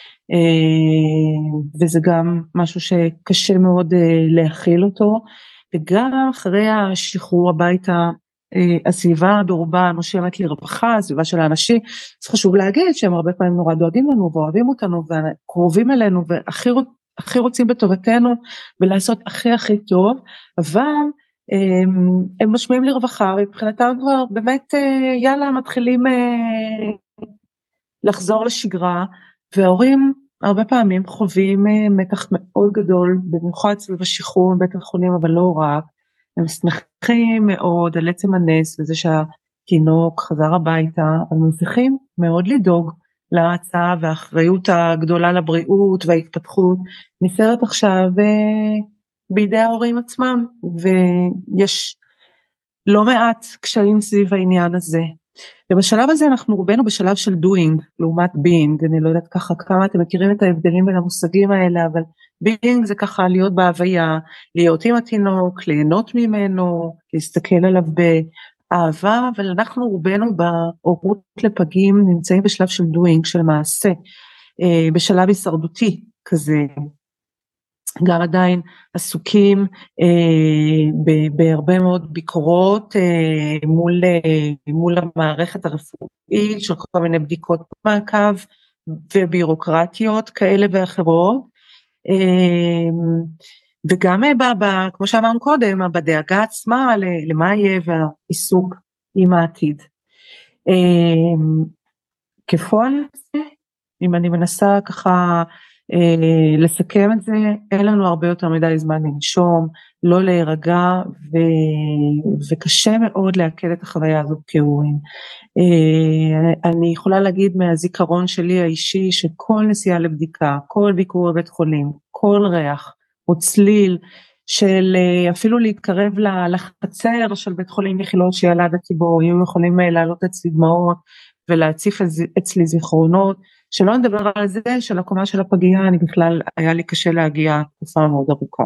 וזה גם משהו שקשה מאוד להכיל אותו, וגם אחרי השחרור הביתה, הסביבה ברובה נושמת לרווחה, הסביבה של האנשים, אז חשוב להגיד שהם הרבה פעמים נורא דואגים לנו ואוהבים אותנו וקרובים אלינו והכי הכי רוצים בטובתנו ולעשות הכי הכי טוב, אבל הם, הם משמיעים לרווחה ובבחינתם כבר באמת יאללה מתחילים לחזור לשגרה, וההורים הרבה פעמים חווים מתח מאוד גדול, במיוחד סביב השחרור מבית החולים, אבל לא רק, הם שמחים מאוד על עצם הנס וזה שהתינוק חזר הביתה, אבל הם צריכים מאוד לדאוג להצעה והאחריות הגדולה לבריאות וההתפתחות נפתרת עכשיו בידי ההורים עצמם, ויש לא מעט קשיים סביב העניין הזה. ובשלב הזה אנחנו רובנו בשלב של doing לעומת being, אני לא יודעת ככה כמה אתם מכירים את ההבדלים בין המושגים האלה, אבל being זה ככה להיות בהוויה, להיות עם התינוק, ליהנות ממנו, להסתכל עליו באהבה, אבל אנחנו רובנו בהורות לפגים נמצאים בשלב של doing, של מעשה, בשלב הישרדותי כזה, גם עדיין עסוקים אה, בהרבה מאוד ביקורות אה, מול, אה, מול המערכת הרפואית, של כל מיני בדיקות מעקב ובירוקרטיות כאלה ואחרות, אה, וגם אה, ב, כמו שאמרנו קודם, בדאגה עצמה למה יהיה והעיסוק עם העתיד. אה, כפועל, אם אני מנסה ככה, Uh, לסכם את זה, אין לנו הרבה יותר מדי זמן לנשום, לא להירגע, ו... וקשה מאוד להקל את החוויה הזאת כהורים. Uh, אני יכולה להגיד מהזיכרון שלי האישי, שכל נסיעה לבדיקה, כל ביקור בבית חולים, כל ריח או צליל, של uh, אפילו להתקרב לחצר של בית חולים איכילוב שילדתי בו, היו יכולים לעלות אצלי דמעות, ולהציף אצלי זיכרונות, שלא נדבר על זה, של הקומה של הפגיעה, אני בכלל, היה לי קשה להגיע תקופה מאוד ארוכה.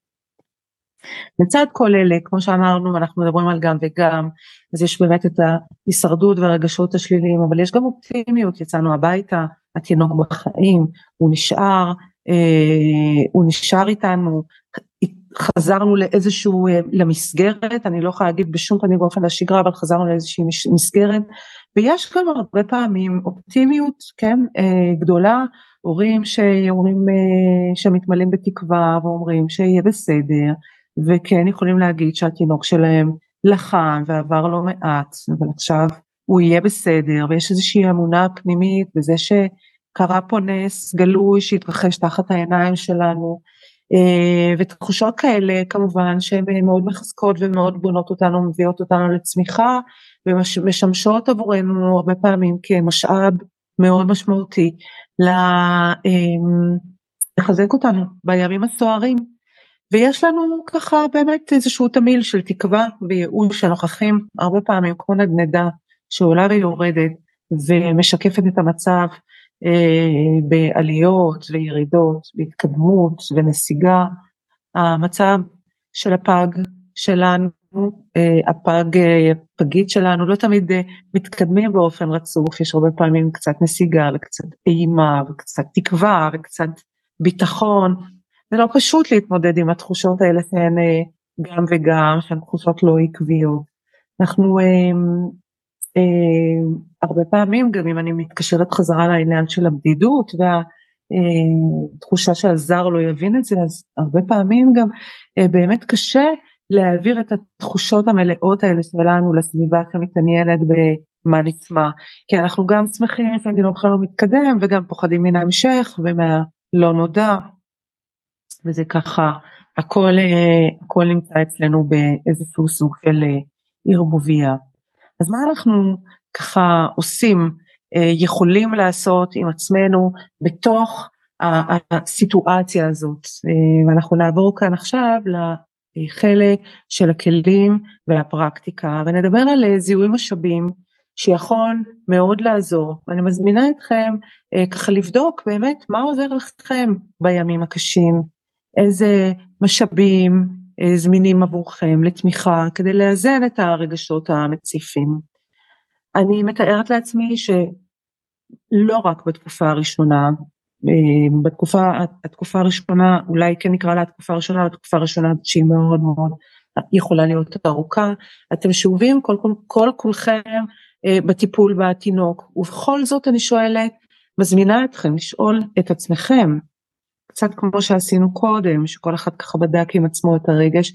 לצד כל אלה, כמו שאמרנו, אנחנו מדברים על גם וגם, אז יש באמת את ההישרדות והרגשות השליליים, אבל יש גם אופטימיות, יצאנו הביתה, התינוק בחיים, הוא נשאר, אה, הוא נשאר איתנו, חזרנו לאיזשהו, למסגרת, אני לא יכולה להגיד בשום פנים באופן לשגרה, אבל חזרנו לאיזושהי מסגרת, ויש גם הרבה פעמים אופטימיות, כן, גדולה, הורים שאומרים, שמתמלאים בתקווה, ואומרים שיהיה בסדר, וכן יכולים להגיד שהתינוק שלהם לחם, ועבר לא מעט, אבל עכשיו הוא יהיה בסדר, ויש איזושהי אמונה פנימית, וזה שקרה פה נס גלוי, שהתרחש תחת העיניים שלנו, ותחושות כאלה כמובן שהן מאוד מחזקות ומאוד בונות אותנו, מביאות אותנו לצמיחה, ומשמשות עבורנו הרבה פעמים כמשאב מאוד משמעותי לחזק אותנו בימים הסוערים. ויש לנו ככה באמת איזשהו תמיל של תקווה וייאוש שנוכחים הרבה פעמים כמו נדנדה שעולה ויורדת ומשקפת את המצב בעליות וירידות, בהתקדמות ונסיגה. המצב של הפג שלנו, הפג, הפגית שלנו, לא תמיד מתקדמים באופן רצוף, יש הרבה פעמים קצת נסיגה וקצת אימה וקצת תקווה וקצת ביטחון, זה לא פשוט להתמודד עם התחושות האלה שהן גם וגם, שהן תחושות לא עקביות. אנחנו הרבה פעמים גם אם אני מתקשרת חזרה לעניין של הבדידות והתחושה שהזר לא יבין את זה, אז הרבה פעמים גם באמת קשה להעביר את התחושות המלאות האלה שלנו לסביבה שמתעניינת במה נצמא, כי אנחנו גם שמחים שהדינוק שלנו מתקדם וגם פוחדים מן ההמשך ומהלא נודע, וזה ככה הכל, הכל נמצא אצלנו באיזשהו סוג של ערבוביה. אז מה אנחנו ככה עושים, יכולים לעשות עם עצמנו בתוך הסיטואציה הזאת, ואנחנו נעבור כאן עכשיו לחלק של הכלים והפרקטיקה, ונדבר על זיהוי משאבים שיכול מאוד לעזור, ואני מזמינה אתכם ככה לבדוק באמת מה עוזר לכם בימים הקשים, איזה משאבים זמינים עבורכם לתמיכה, כדי לאזן את הרגשות המציפים. אני מתארת לעצמי שלא רק בתקופה הראשונה, בתקופה, התקופה הראשונה, אולי כן נקרא לה התקופה הראשונה, התקופה הראשונה שהיא מאוד מאוד יכולה להיות ארוכה, אתם שובים כל, כל, כל כולכם בטיפול בתינוק, ובכל זאת אני שואלת, מזמינה אתכם לשאול את עצמכם, קצת כמו שעשינו קודם, שכל אחד ככה בדק עם עצמו את הרגש,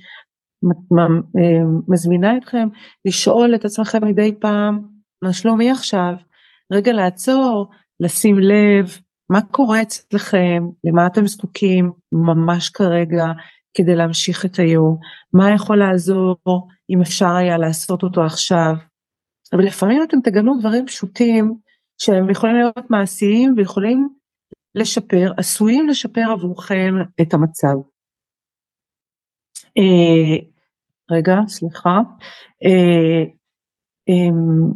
מזמינה אתכם לשאול את עצמכם מדי פעם, מה שלומי עכשיו? רגע לעצור, לשים לב, מה קורה אצלכם, למה אתם זקוקים ממש כרגע, כדי להמשיך את היום, מה יכול לעזור, אם אפשר היה לעשות אותו עכשיו, אבל לפעמים אתם תגלו דברים פשוטים, שהם יכולים להיות מעשיים, ויכולים לשפר, עשויים לשפר עבורכם את המצב. אה, רגע, סליחה, אה, אה,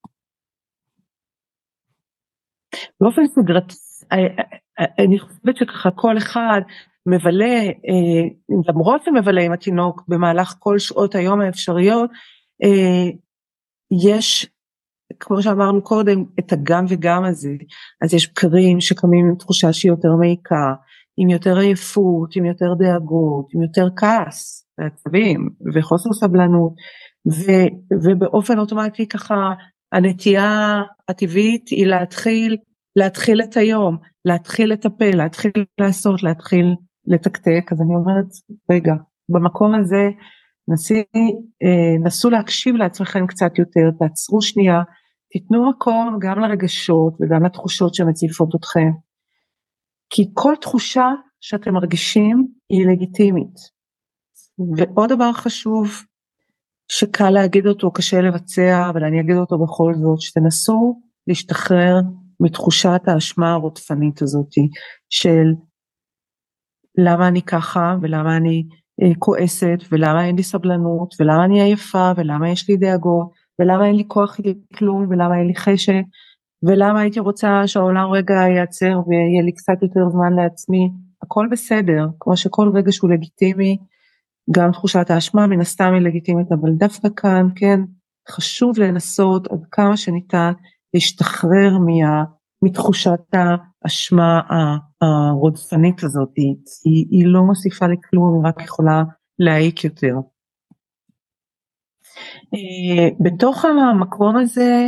באופן סגרתי, אני חושבת שככה כל אחד מבלה, למרות שמבלה עם התינוק במהלך כל שעות היום האפשריות, יש, כמו שאמרנו קודם, את הגם וגם הזה, אז יש בקרים שקמים עם תחושה שהיא יותר מעיקה, עם יותר עייפות, עם יותר דאגות, עם יותר כעס, ועצבים, וחוסר סבלנות, ו- ובאופן אוטומטי ככה, הנטייה הטבעית היא להתחיל, להתחיל את היום, להתחיל לטפל, להתחיל לעשות, להתחיל לתקתק, אז אני אומרת, רגע, במקום הזה, נסי, נסו להקשיב לעצמכם קצת יותר, תעצרו שנייה, תיתנו מקום גם לרגשות וגם לתחושות שמציפות אתכם, כי כל תחושה שאתם מרגישים היא לגיטימית, ועוד דבר חשוב, שקל להגיד אותו, קשה לבצע, אבל אני אגיד אותו בכל זאת, שתנסו להשתחרר מתחושת האשמה הרודפנית הזאת, של למה אני ככה, ולמה אני אה, כועסת, ולמה אין לי סבלנות, ולמה אני עייפה, ולמה יש לי דאגות, ולמה אין לי כוח לכלום, ולמה אין לי חשק, ולמה הייתי רוצה שהעולם רגע ייעצר, ויהיה לי קצת יותר זמן לעצמי, הכל בסדר, כמו שכל רגע שהוא לגיטימי, גם תחושת האשמה מן הסתם היא לגיטימית, אבל דווקא כאן, כן, חשוב לנסות עד כמה שניתן, להשתחרר מה, מתחושת האשמה הרודפנית הזאת, היא, היא לא מוסיפה לכלום, היא רק יכולה להעיק יותר. בתוך המקום הזה,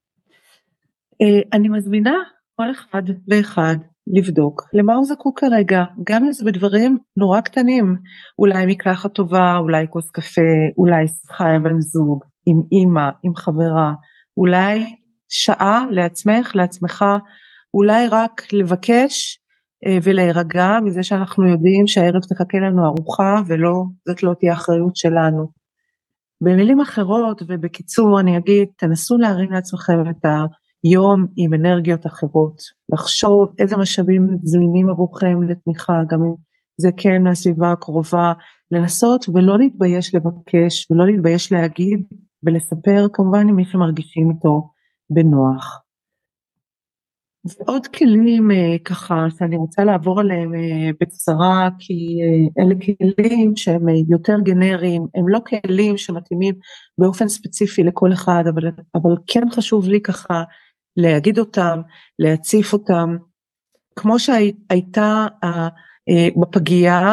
אני מזמינה כל אחד ואחד לבדוק למה הוא זקוק כרגע, גם אם זה בדברים נורא קטנים, אולי מקלחת טובה, אולי כוס קפה, אולי שיחה עם בן זוג, עם אמא, עם חברה, אולי שעה לעצמך, לעצמך, אולי רק לבקש אה, ולהירגע מזה שאנחנו יודעים שהערב תחכה לנו ארוחה, ולא, זאת לא תהיה אחריות שלנו. במילים אחרות ובקיצור אני אגיד, תנסו להרים לעצמכם את היום עם אנרגיות אחרות, לחשוב איזה משאבים זמינים עבורכם לתמיכה, גם אם זה כן מהסביבה הקרובה, לנסות ולא להתבייש לבקש, ולא להתבייש להגיד, ולספר כמובן עם מי שמרגישים איתו בנוח. ועוד כלים ככה שאני רוצה לעבור עליהם בקצרה, כי אלה כלים שהם יותר גנריים, הם לא כלים שמתאימים באופן ספציפי לכל אחד, אבל, אבל כן חשוב לי ככה להגיד אותם, להציף אותם, כמו שהייתה בפגיעה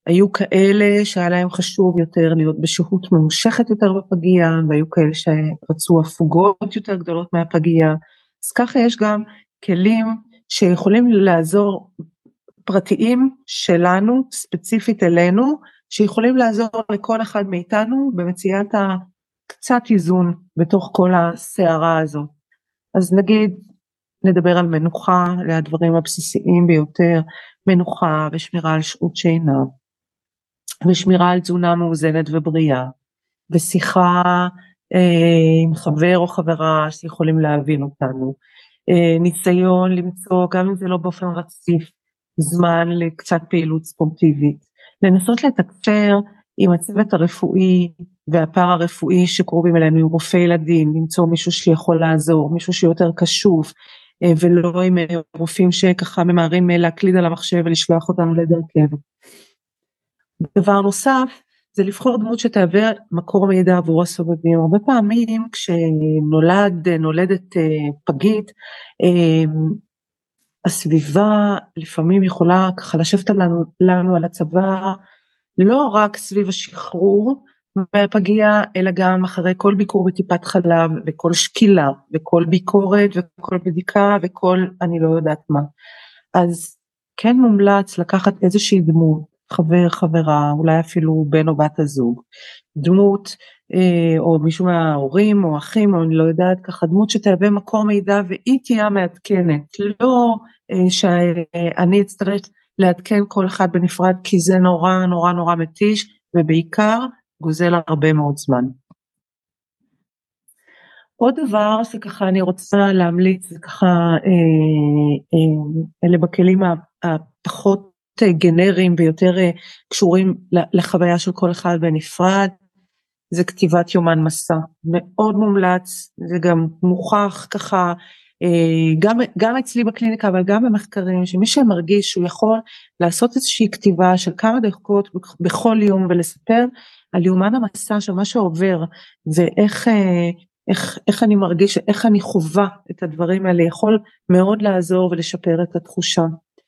היו כאלה שהיה להם חשוב יותר להיות בשהות ממושכת יותר בפגייה, והיו כאלה שרצו הפוגות יותר גדולות מהפגייה, אז ככה יש גם כלים שיכולים לעזור, פרטיים שלנו, ספציפית אלינו, שיכולים לעזור לכל אחד מאיתנו, במציאת הקצת איזון בתוך כל הסערה הזאת. אז נגיד, נדבר על מנוחה, לדברים הבסיסיים ביותר, מנוחה ושמירה על שעות שינה, ושמירה על תזונה מאוזנת ובריאה, ושיחה אה, עם חבר או חברה שיכולים להבין אותנו, אה, ניסיון למצוא, גם אם זה לא באופן רציף, זמן לקצת פעילות ספורטיבית, לנסות לתקשר עם הצוות הרפואי והפארה הרפואי שקרובים אלינו, עם רופא ילדים, למצוא מישהו שיכול לעזור, מישהו שיותר קשוב, אה, ולא עם רופאים שככה ממהרים להקליד על המחשב ולשלוח אותנו לדרכנו. דבר נוסף, זה לבחור דמות שתהווה מקור מידע עבור הסובבים. הרבה פעמים כשנולד, נולדת פגית, הסביבה לפעמים יכולה ככה לשבת לנו, לנו על הצוואר, לא רק סביב השחרור מהפגייה, אלא גם אחרי כל ביקור בטיפת חלב, וכל שקילה, וכל ביקורת, וכל בדיקה, וכל אני לא יודעת מה. אז כן מומלץ לקחת איזושהי דמות, חבר, חברה, אולי אפילו בן או בת הזוג, דמות אה, או מישהו מההורים או אחים או אני לא יודעת, ככה דמות שתהווה מקור מידע והיא תהיה מעדכנת, לא אה, שאני אצטרך לעדכן כל אחד בנפרד כי זה נורא נורא נורא מתיש ובעיקר גוזל הרבה מאוד זמן. עוד דבר שככה אני רוצה להמליץ, זה ככה אה, אה, אלה בכלים הפחות גנריים ויותר קשורים לחוויה של כל אחד בנפרד, זה כתיבת יומן מסע, מאוד מומלץ, זה גם מוכח ככה, גם, גם אצלי בקליניקה, אבל גם במחקרים, שמי שמרגיש שהוא יכול לעשות איזושהי כתיבה של כמה דקות בכל יום, ולספר על יומן המסע של מה שעובר, ואיך איך, איך אני מרגיש, איך אני חווה את הדברים האלה, יכול מאוד לעזור ולשפר את התחושה.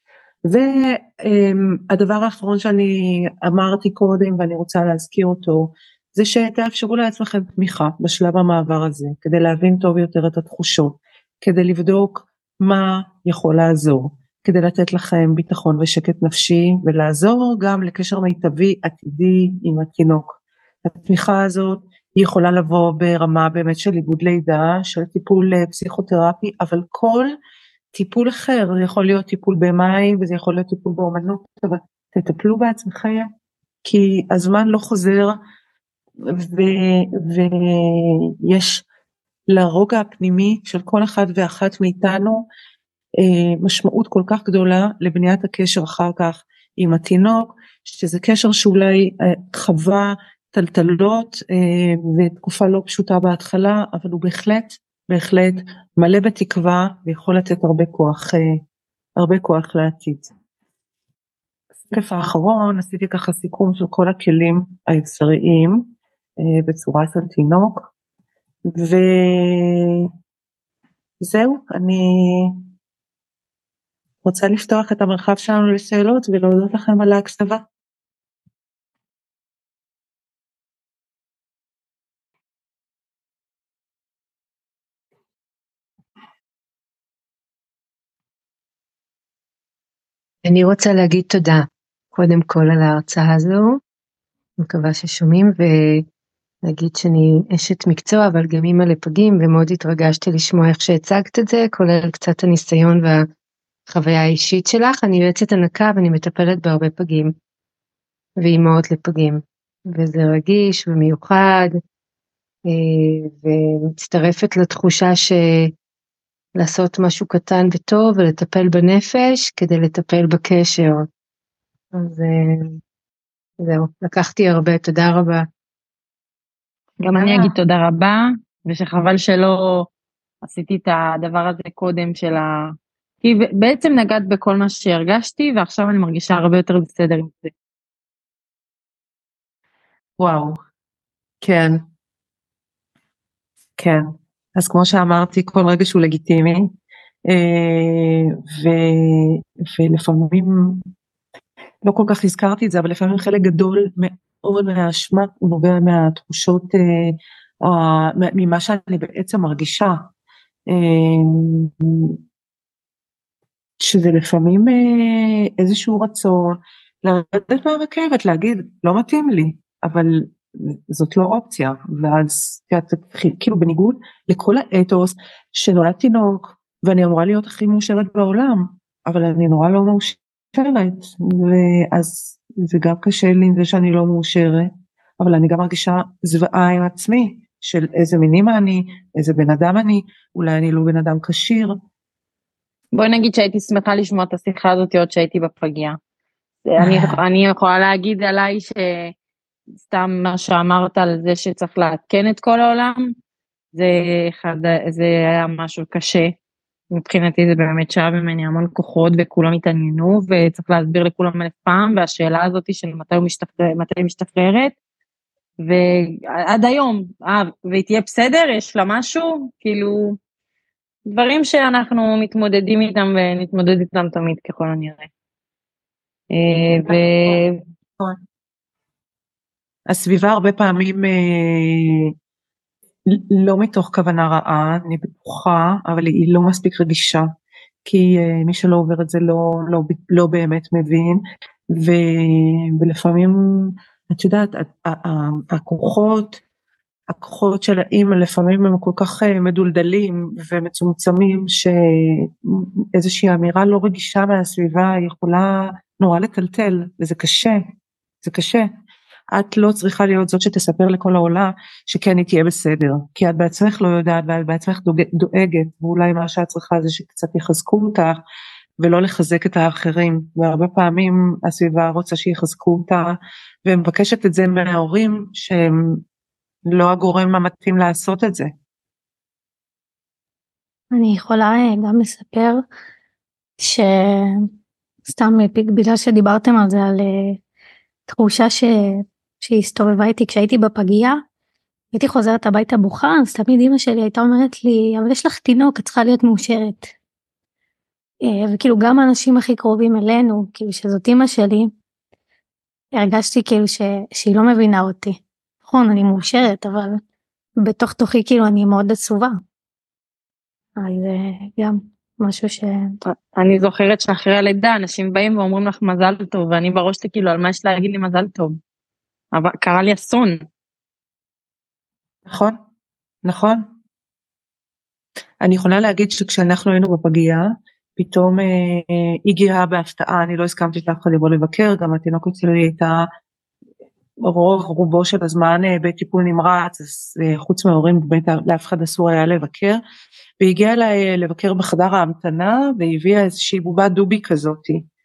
והדבר האחרון שאני אמרתי קודם ואני רוצה להזכיר אותו, זה שתאפשרו לעצמכם תמיכה בשלב המעבר הזה, כדי להבין טוב יותר את התחושות, כדי לבדוק מה יכול לעזור, כדי לתת לכם ביטחון ושקט נפשי, ולעזור גם לקשר מיטבי עתידי עם התינוק. התמיכה הזאת היא יכולה לבוא ברמה באמת של עיבוד לידה, של טיפול פסיכותרפי, אבל כל טיפול אחר, זה יכול להיות טיפול במים, וזה יכול להיות טיפול באומנות, אבל תטפלו בעצמכם, כי הזמן לא חוזר, ויש לרוגע הפנימי של כל אחד ואחת מאיתנו, משמעות כל כך גדולה לבניית הקשר אחר כך עם התינוק, שזה קשר שאולי חווה טלטלות, ותקופה לא פשוטה בהתחלה, אבל הוא בהחלט, בהחלט מלא בתקווה, ויכול לתת הרבה כוח, הרבה כוח לעתיד. בסקף האחרון, עשיתי ככה סיכום של כל הכלים האפשריים, בצורה של תינוק, וזהו, אני רוצה לפתוח את המרחב שלנו לשאלות, ולהודות לכם על ההקשבה. אני רוצה להגיד תודה, קודם כל על ההרצאה הזו, מקווה ששומעים, ולהגיד שאני אשת מקצוע, אבל גם אימא לפגים, ומאוד התרגשתי לשמוע איך שהצגת את זה, כולל קצת הניסיון והחוויה האישית שלך. אני יועצת הנקה, ואני מטפלת בהרבה פגים, ואימהות לפגים, וזה רגיש ומיוחד, ומצטרפת לתחושה ש... לעשות משהו קטן וטוב, ולטפל בנפש, כדי לטפל בקשר. אז זהו, לקחתי הרבה, תודה רבה. גם אני אגיד תודה רבה, ושחבל שלא עשיתי את הדבר הזה קודם של ה... כי בעצם נגעת בכל מה שהרגשתי, ועכשיו אני מרגישה הרבה יותר בסדר עם זה. וואו, כן. כן. אז כמו שאמרתי, כל רגע שהוא לגיטימי, ו, ולפעמים, לא כל כך הזכרתי את זה, אבל לפעמים חלק גדול מאוד מהאשמה הוא נובע מהתחושות, אה, אה, ממה שאני בעצם מרגישה, אה, שזה לפעמים אה, איזשהו רצון לרדת מהרכבת, להגיד לא מתאים לי, אבל זאת לא אופציה, ואז כאילו בניגוד לכל האתוס שנולד תינוק, ואני אמורה להיות הכי מאושרת בעולם, אבל אני נורא לא מאושרת, ואז זה גם קשה לי עם זה שאני לא מאושרת, אבל אני גם מרגישה זוועה עם עצמי, של איזה מינים אני, איזה בן אדם אני, אולי אני לא בן אדם כשיר. בואי נגיד שהייתי שמחה לשמוע את השיחה הזאת עוד שהייתי בפגיעה. אני, אני יכולה להגיד עליי שסתם מה שאמרת על זה שצריך להתקן את כל העולם, זה, אחד, זה היה משהו קשה. מבחינתי זה באמת שהיה ממני המון כוחות וכולם התעניינו וצריך להסביר לכולם אלף פעם, והשאלה הזאת של מתי הוא משתחרר, מתי היא משתחררת, ועד היום, אה, והיא תהיה בסדר, יש לה משהו, כאילו, דברים שאנחנו מתמודדים איתם ונתמודד איתם תמיד ככל הנראה. ו... הסביבה הרבה פעמים לא מתוך כוונה רעה, אני בטוחה, אבל היא לא מספיק רגישה, כי מי שלא עובר את זה לא, לא, לא באמת מבין, ו, ולפעמים, את יודעת, הכוחות, הכוחות של האמא לפעמים הם כל כך מדולדלים ומצומצמים, שאיזושהי אמירה לא רגישה מהסביבה יכולה נורא לטלטל, וזה קשה, זה קשה. את לא צריכה להיות זאת שתספר לכל העולם שכן היא תהיה בסדר, כי את בעצמך לא יודעת ואת בעצמך דואגת, ואולי מה שאת צריכה זה שקצת יחזקו אותך ולא לחזק את האחרים, והרבה פעמים הסביבה רוצה שיחזקו אותה ומבקשת את זה מההורים שהם לא הגורם המתאים לעשות את זה. אני יכולה גם לספר שסתם בגלל שדיברתם על זה, על תחושה ש... שהסתובבה איתי כשהייתי בפגייה, הייתי חוזרת הביתה בוכה, אז תמיד אמא שלי הייתה אומרת לי, אבל יש לך תינוק, את צריכה להיות מאושרת. וכאילו גם האנשים הכי קרובים אלינו, כאילו שזאת אמא שלי, הרגשתי כאילו ש... שהיא לא מבינה אותי. נכון, אני מאושרת, אבל בתוך תוכי כאילו אני מאוד עצובה. אז גם משהו ש... אני זוכרת שאחרי הלידה אנשים באים ואומרים לך מזל טוב, ואני בראש לי כאילו על מה יש להגיד לי מזל טוב. אבל קרה לי אסון. נכון, נכון. אני יכולה להגיד שכשאנחנו היינו בפגייה, פתאום אה, הגיעה בהפתעה, אני לא הסכמתי שאף אחד יבוא לבקר, גם התינוקת שלי הייתה רוב רובו של הזמן בטיפול נמרץ, אז חוץ מההורים באמת לאף אחד אסור היה לבקר, והגיעה אליי לבקר בחדר ההמתנה, והביאה איזושהי בובה דובי כזאת,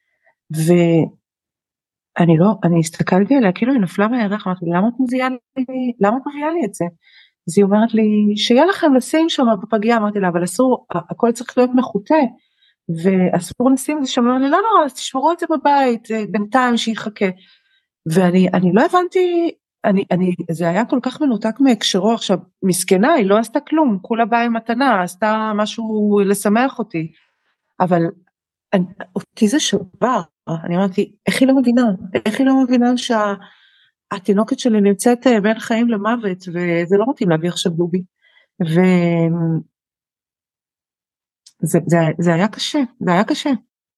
ואני לא, אני הסתכלתי עליה, כאילו היא נפלה מהערך, אמרתי, למה את מביאה לי, למה את מביאה לי את זה? אז היא אומרת לי, שיהיה לכם לשים שם בפגיעה, אמרתי לה, אבל אסור, הכל צריך להיות מחוטא, ואסור לשים את זה שם, אמרתי, לא נורא, אז תשמרו את זה בבית, בינתיים שיחכה, ואני אני לא הבנתי, אני, אני, זה היה כל כך מנותק מהקשרו, עכשיו, מסכנה, היא לא עשתה כלום, כולה באה עם מתנה, עשתה משהו לשמח אותי, אבל אני, אותי זה שבר, אני אמרתי, איך היא לא מבינה, איך היא לא מבינה שהתינוקת שלי נמצאת בין חיים למוות, וזה לא מתאים להביא עכשיו דובי, וזה זה, זה היה קשה, זה היה קשה.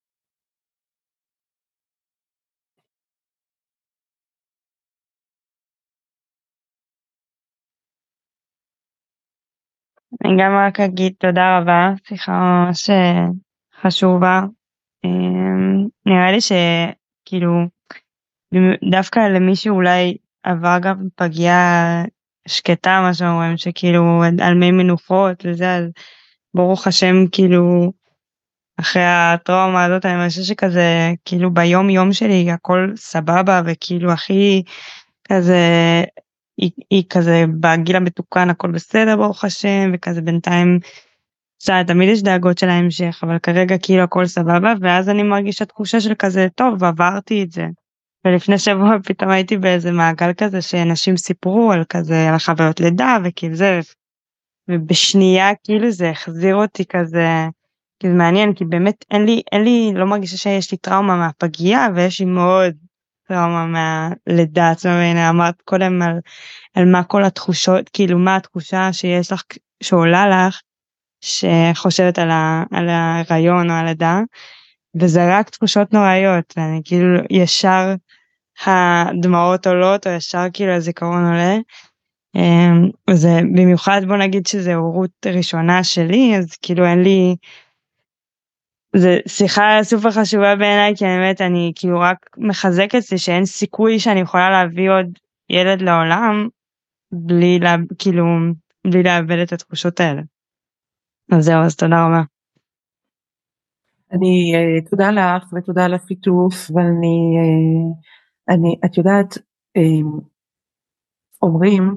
אני גם רק אגיד תודה רבה, שיחה ממש חשובה. נראה לי שכאילו דווקא למי שאולי עבר גם פגיעה שקטה, מה שאומרים, שכאילו על מי מנוחות וזה, אז ברוך השם כאילו אחרי הטראומה הזאת אני חושב שכזה כאילו ביום יום שלי הכל סבבה, וכאילו הכי כזה היא, היא כזה בגיל המתוקן הכל בסדר ברוך השם, וכזה בינתיים שעה, תמיד יש דאגות של ההמשך, אבל כרגע כאילו הכל סבבה, ואז אני מרגישה תחושה של כזה טוב, עברתי את זה. ולפני שבוע פתאום הייתי באיזה מעגל כזה שאנשים סיפרו על כזה, על החוויות לידה וכאילו זה, ובשנייה כאילו זה החזיר אותי כזה כי זה מעניין, כי באמת אין לי, אין לי, לא מרגישה שיש לי טראומה מהפגיעה, ויש לי מאוד טראומה מהלידה, זאת אומרת, אמרת קודם על, על מה כל התחושות, כאילו מה התחושה שיש לך, שעולה לך, שחושבת על, ה, על הרעיון או על הלידה, וזה רק תחושות נוראיות, ואני כאילו ישר הדמעות עולות, או ישר כאילו הזיכרון עולה, וזה במיוחד בוא נגיד שזה הורות ראשונה שלי, אז כאילו אין לי, זה שיחה סופר חשובה בעיניי, כי באמת אני כאילו רק מחזקת לי שאין סיכוי שאני יכולה להביא עוד ילד לעולם, בלי לה, כאילו, בלי לאבד את התחושות האלה. אז זהו, אז תודה רבה. אני, uh, תודה לך ותודה על הפיתוף, ואני, uh, אני, את יודעת, um, אומרים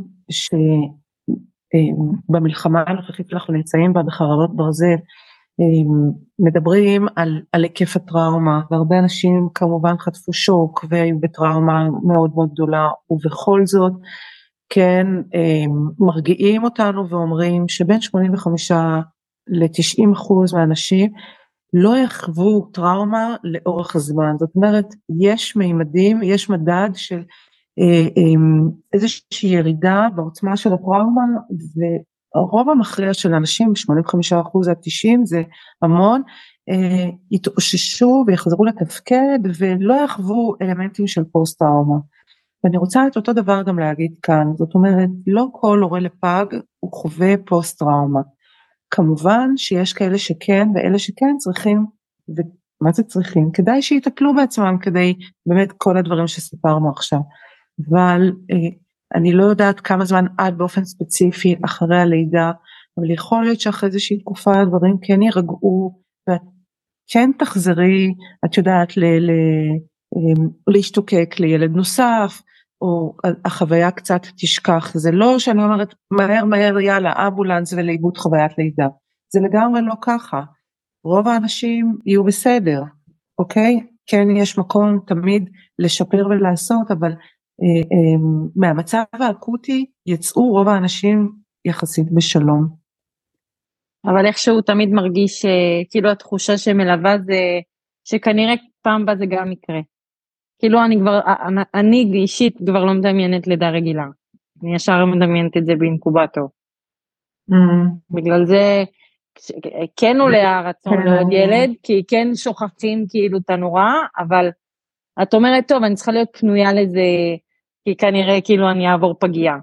שבמלחמה um, הנוכחית אנחנו נמצאים בה בחרבות ברזל, um, מדברים על, על היקף הטראומה, והרבה אנשים כמובן חטפו שוק והיו בטראומה מאוד מאוד גדולה, ובכל זאת, כן, um, מרגיעים אותנו ואומרים שבין שמונים וחמישה ל-תשעים אחוז מהאנשים, לא יחוו טראומה לאורך הזמן, זאת אומרת, יש מימדים, יש מדד של אה, אה, איזושהי ירידה בעוצמה של הטראומה, והרוב המכריע של אנשים, שמונים וחמישה אחוז עד תשעים, זה המון, אה, יתאוששו ויחזרו לתפקד, ולא יחוו אלמנטים של פוסט טראומה. ואני רוצה את אותו דבר גם להגיד כאן, זאת אומרת, לא כל הורה לפג הוא חווה פוסט טראומה, כמובן שיש כאלה שכן, ואלה שכן צריכים, ומה זה צריכים? כדאי שיטפלו בעצמם, כדי באמת כל הדברים שסיפרנו עכשיו. אבל אה, אני לא יודעת כמה זמן עד באופן ספציפי אחרי הלידה, אבל יכול להיות שאחרי איזושהי תקופה הדברים כן ירגעו, ואת כן תחזרי, את יודעת, ל, ל, אה, להשתוקק לילד נוסף, או החוויה קצת תשכח, זה לא שאני אומרת מהר מהר יאללה אמבולנס ולאיבוד חוויית לידה, זה לגמרי לא ככה, רוב האנשים יהיו בסדר, אוקיי? כן יש מקום תמיד לשפר ולעשות, אבל אה, אה, מהמצב האקוטי יצאו רוב האנשים יחסית בשלום. אבל איכשהו תמיד מרגיש כאילו התחושה שמלווה זה שכנראה פעם בה זה גם יקרה. כאילו אני כבר, אני אישית כבר לא מדמיינת לידה רגילה, אני ישר מדמיינת את זה באינקובטור. בגלל זה כן עולה הרצון לעוד ילד, כי כן שוכחים כאילו את הנורא, אבל את אומרת טוב, אני צריכה להיות פנויה לזה, כי כנראה כאילו אני אעבור פגיעה.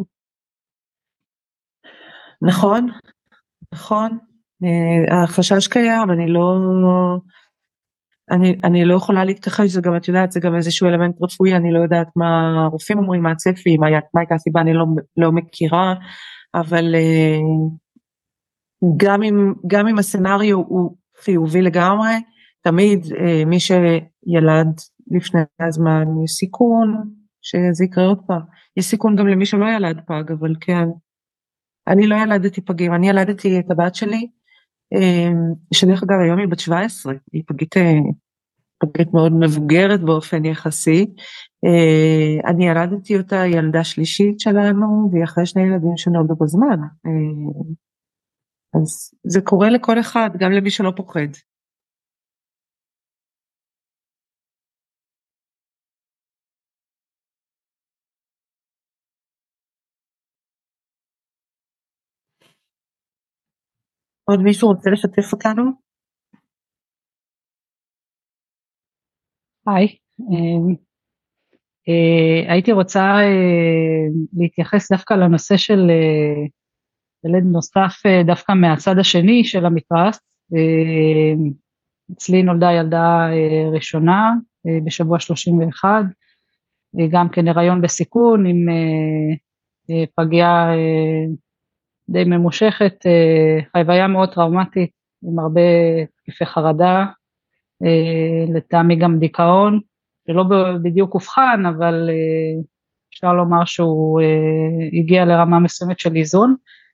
נכון, נכון, החשש קיים, אני לא... אני, אני לא יכולה להתכחש, זה גם, את יודעת, זה גם איזשהו אלמנט רפואי, אני לא יודעת מה הרופאים אומרים, מה הצפי, מה, מה הייתה הסיבה, אני לא, לא מכירה, אבל גם אם, גם אם הסצנריו הוא חיובי לגמרי, תמיד מי שילד לפני הזמן יש סיכון, שזה יקרה עוד פעם, יש סיכון גם למי שלא ילד פג, אבל כן, אני לא ילדתי פגים, אני ילדתי את הבת שלי, שדרך אגב היום היא בת שבע עשרה, היא פגית, פגית מאוד מבוגרת באופן יחסי, אני ילדתי אותה, היא ילדה שלישית שלנו, והיא אחרי שני ילדים שנולדו בזמן, אז זה קורה לכל אחד, גם למי שלא פוחד. עוד מישהו רוצה לשתף אותנו? היי, הייתי רוצה להתייחס דווקא לנושא של ילד נוסף דווקא מהצד השני של המתרס. אצלי נולדה ילדה ראשונה בשבוע שלושים ואחת, גם כן הריון בסיכון עם פגיעה די ממושכת, חוויה מאוד טראומטית עם הרבה תקפי חרדה, לטעמי גם דיכאון, שלא בדיוק הובחן, אבל אפשר לומר שהוא הגיע לרמה מסוימת של איזון,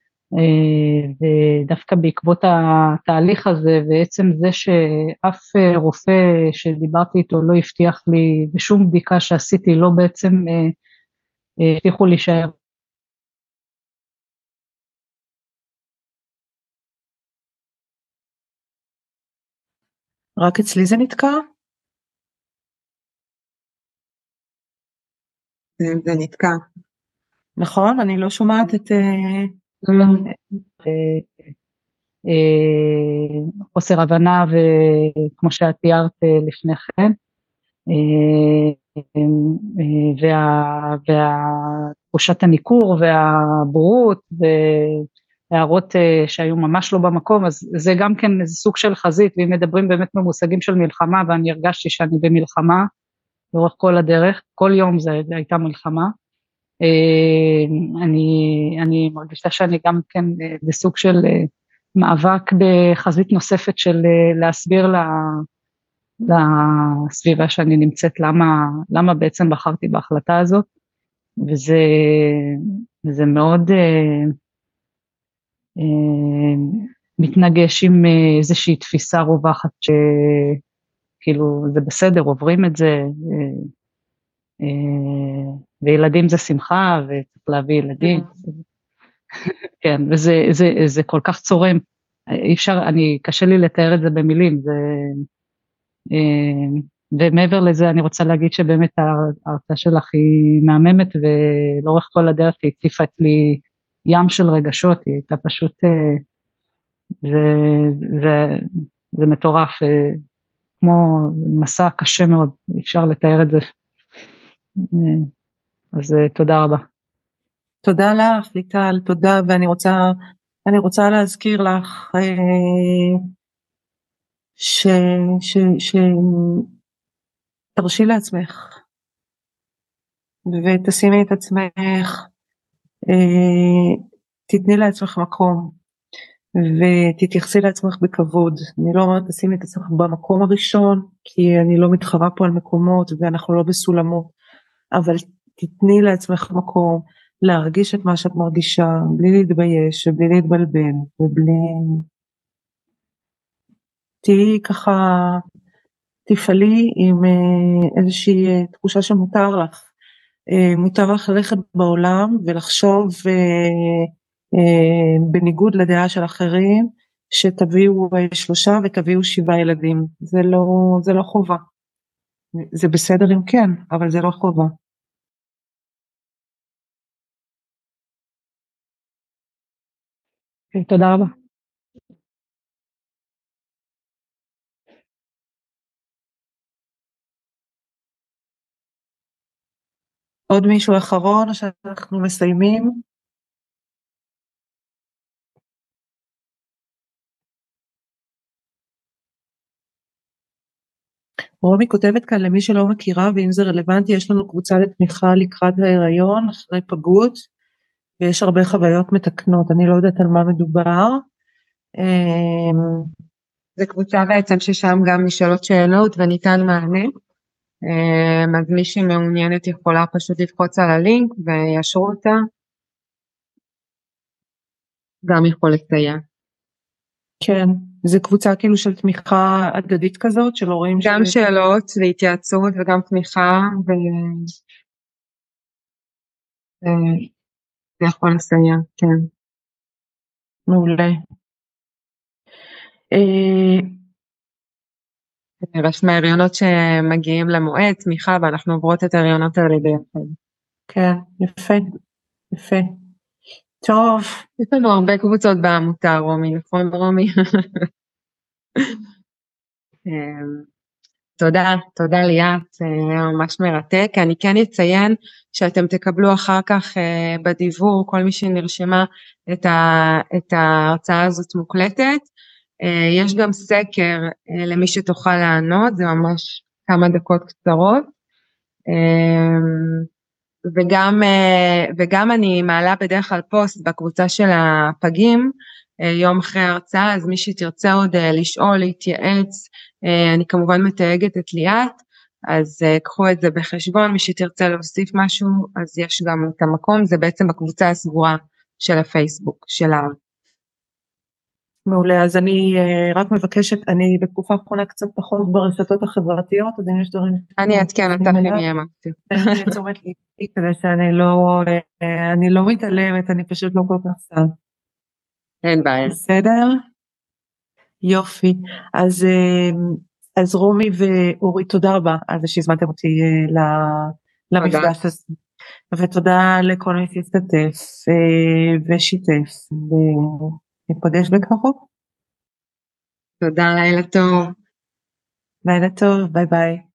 ודווקא בעקבות התהליך הזה, ועצם זה שאף רופא שדיברתי איתו לא הבטיח לי, בשום בדיקה שעשיתי, לא בעצם הבטיחו לי שה... רק אצלי זה נתקע? זה, זה נתקע. נכון? אני לא שומעת את... חוסר הבנה, וכמו שאת תיארת לפני כן, והתחושת הניכור והבורות והערות שהיו ממש לא במקום, אז זה גם כן איזה סוג של חזית, ואם מדברים באמת במושגים של מלחמה, ואני הרגשתי שאני במלחמה לאורך כל הדרך, כל יום זה הייתה מלחמה, אני, אני מרגישה שאני גם כן בסוג של מאבק בחזית נוספת של להסביר לה, לסביבה שאני נמצאת למה, למה בעצם בחרתי בהחלטה הזאת, וזה, וזה מאוד אה, אה, מתנגש עם איזושהי תפיסה רווחת שכאילו זה בסדר, עוברים את זה, אה, אה, וילדים זה שמחה וצריך להביא ילדים, כן, וזה זה, זה כל כך צורם, אי אפשר, אני, קשה לי לתאר את זה במילים, זה, ומעבר לזה אני רוצה להגיד שבאמת ההרצאה שלך היא מהממת, ולאורך כל הדרך היא הציפה לי ים של רגשות, היא הייתה פשוט, זה, זה, זה מטורף, כמו מסע קשה מאוד, אי אפשר לתאר את זה, אז תודה רבה. תודה לך ליטל, תודה, ואני רוצה, אני רוצה להזכיר לך ש, ש, ש, תרשי לעצמך, ותשימי את עצמך, תתני לעצמך מקום, ותתייחסי לעצמך בכבוד. אני לא אומרת תשימי את עצמך במקום הראשון, כי אני לא מתחרה פה על מקומות, ואנחנו לא בסולמות, אבל תתני לעצמך מקום, להרגיש את מה שאת מרגישה, בלי להתבייש, ובלי להתבלבל, ובלי... תהי ככה, תפעלי עם איזושהי תחושה שמותר לך, מותר לך ללכת בעולם, ולחשוב בניגוד לדעה של אחרים, שתביאו שלושה ותביאו שבעה ילדים, זה לא, זה לא חובה, זה בסדר אם כן, אבל זה לא חובה. תודה רבה. עוד מישהו אחרון או שאנחנו מסיימים? רומי כותבת כאן למי שלא מכירה, ואם זה רלוונטי, יש לנו קבוצה לתמיכה לקראת ההיריון, אחרי פגות, ויש הרבה חוויות מתקנות, אני לא יודעת על מה מדובר. זה קבוצה בעצם ששם גם נשאלות שאלות וניתן מענה, אז מי שמעוניינת יכולה פשוט ללחוץ על הלינק וישרו אותה, גם יכול לסייע. כן, זה קבוצה כאילו של תמיכה הדדית כזאת, של הורים גם של... שאלות והתייעצות וגם תמיכה, וזה יכול לסייע, כן. מעולה. יש מההריונות שמגיעים למועד תמיכה, ואנחנו עוברות את ההריונות האלה ביחד. כן, יפה, יפה. טוב. יש לנו הרבה קבוצות בעמותה, רומי, נכון רומי? תודה, תודה ליאת, ממש מרתק. אני כן אציין שאתם תקבלו אחר כך בדיבור, כל מי שנרשמה את, ה, את ההרצאה הזאת מוקלטת. יש גם סקר למי שתוכל לענות, זה ממש כמה דקות קצרות. וגם, וגם אני מעלה בדרך כלל פוסט בקבוצה של הפגים, יום אחרי ההרצאה, אז מי שתרצה עוד לשאול, להתייעץ, אני כמובן מתייגת את ליאת, אז קחו את זה בחשבון, מי שתרצה להוסיף משהו, אז יש גם את המקום, זה בעצם בקבוצה הסגורה של הפייסבוק, של הארץ. מעולה, אז אני רק מבקשת, אני בתקופה האחרונה קצת פחות ברשתות החברתיות, אז אם יש דברים... אני אתכן אותך למי אמרתי. אני צומת לי כדי שאני לא, אני לא מתעלמת, אני פשוט לא כל כך סתם. אין בעיה. בסדר? יופי, אז אז רומי ואורי, תודה רבה על זה שהזמנתם אותי uh, למפגש הזה. ותודה לכל מי שהשתתף uh, ושיתף, וניפגש בקרוב. תודה, לילה טוב. לילה טוב, ביי ביי.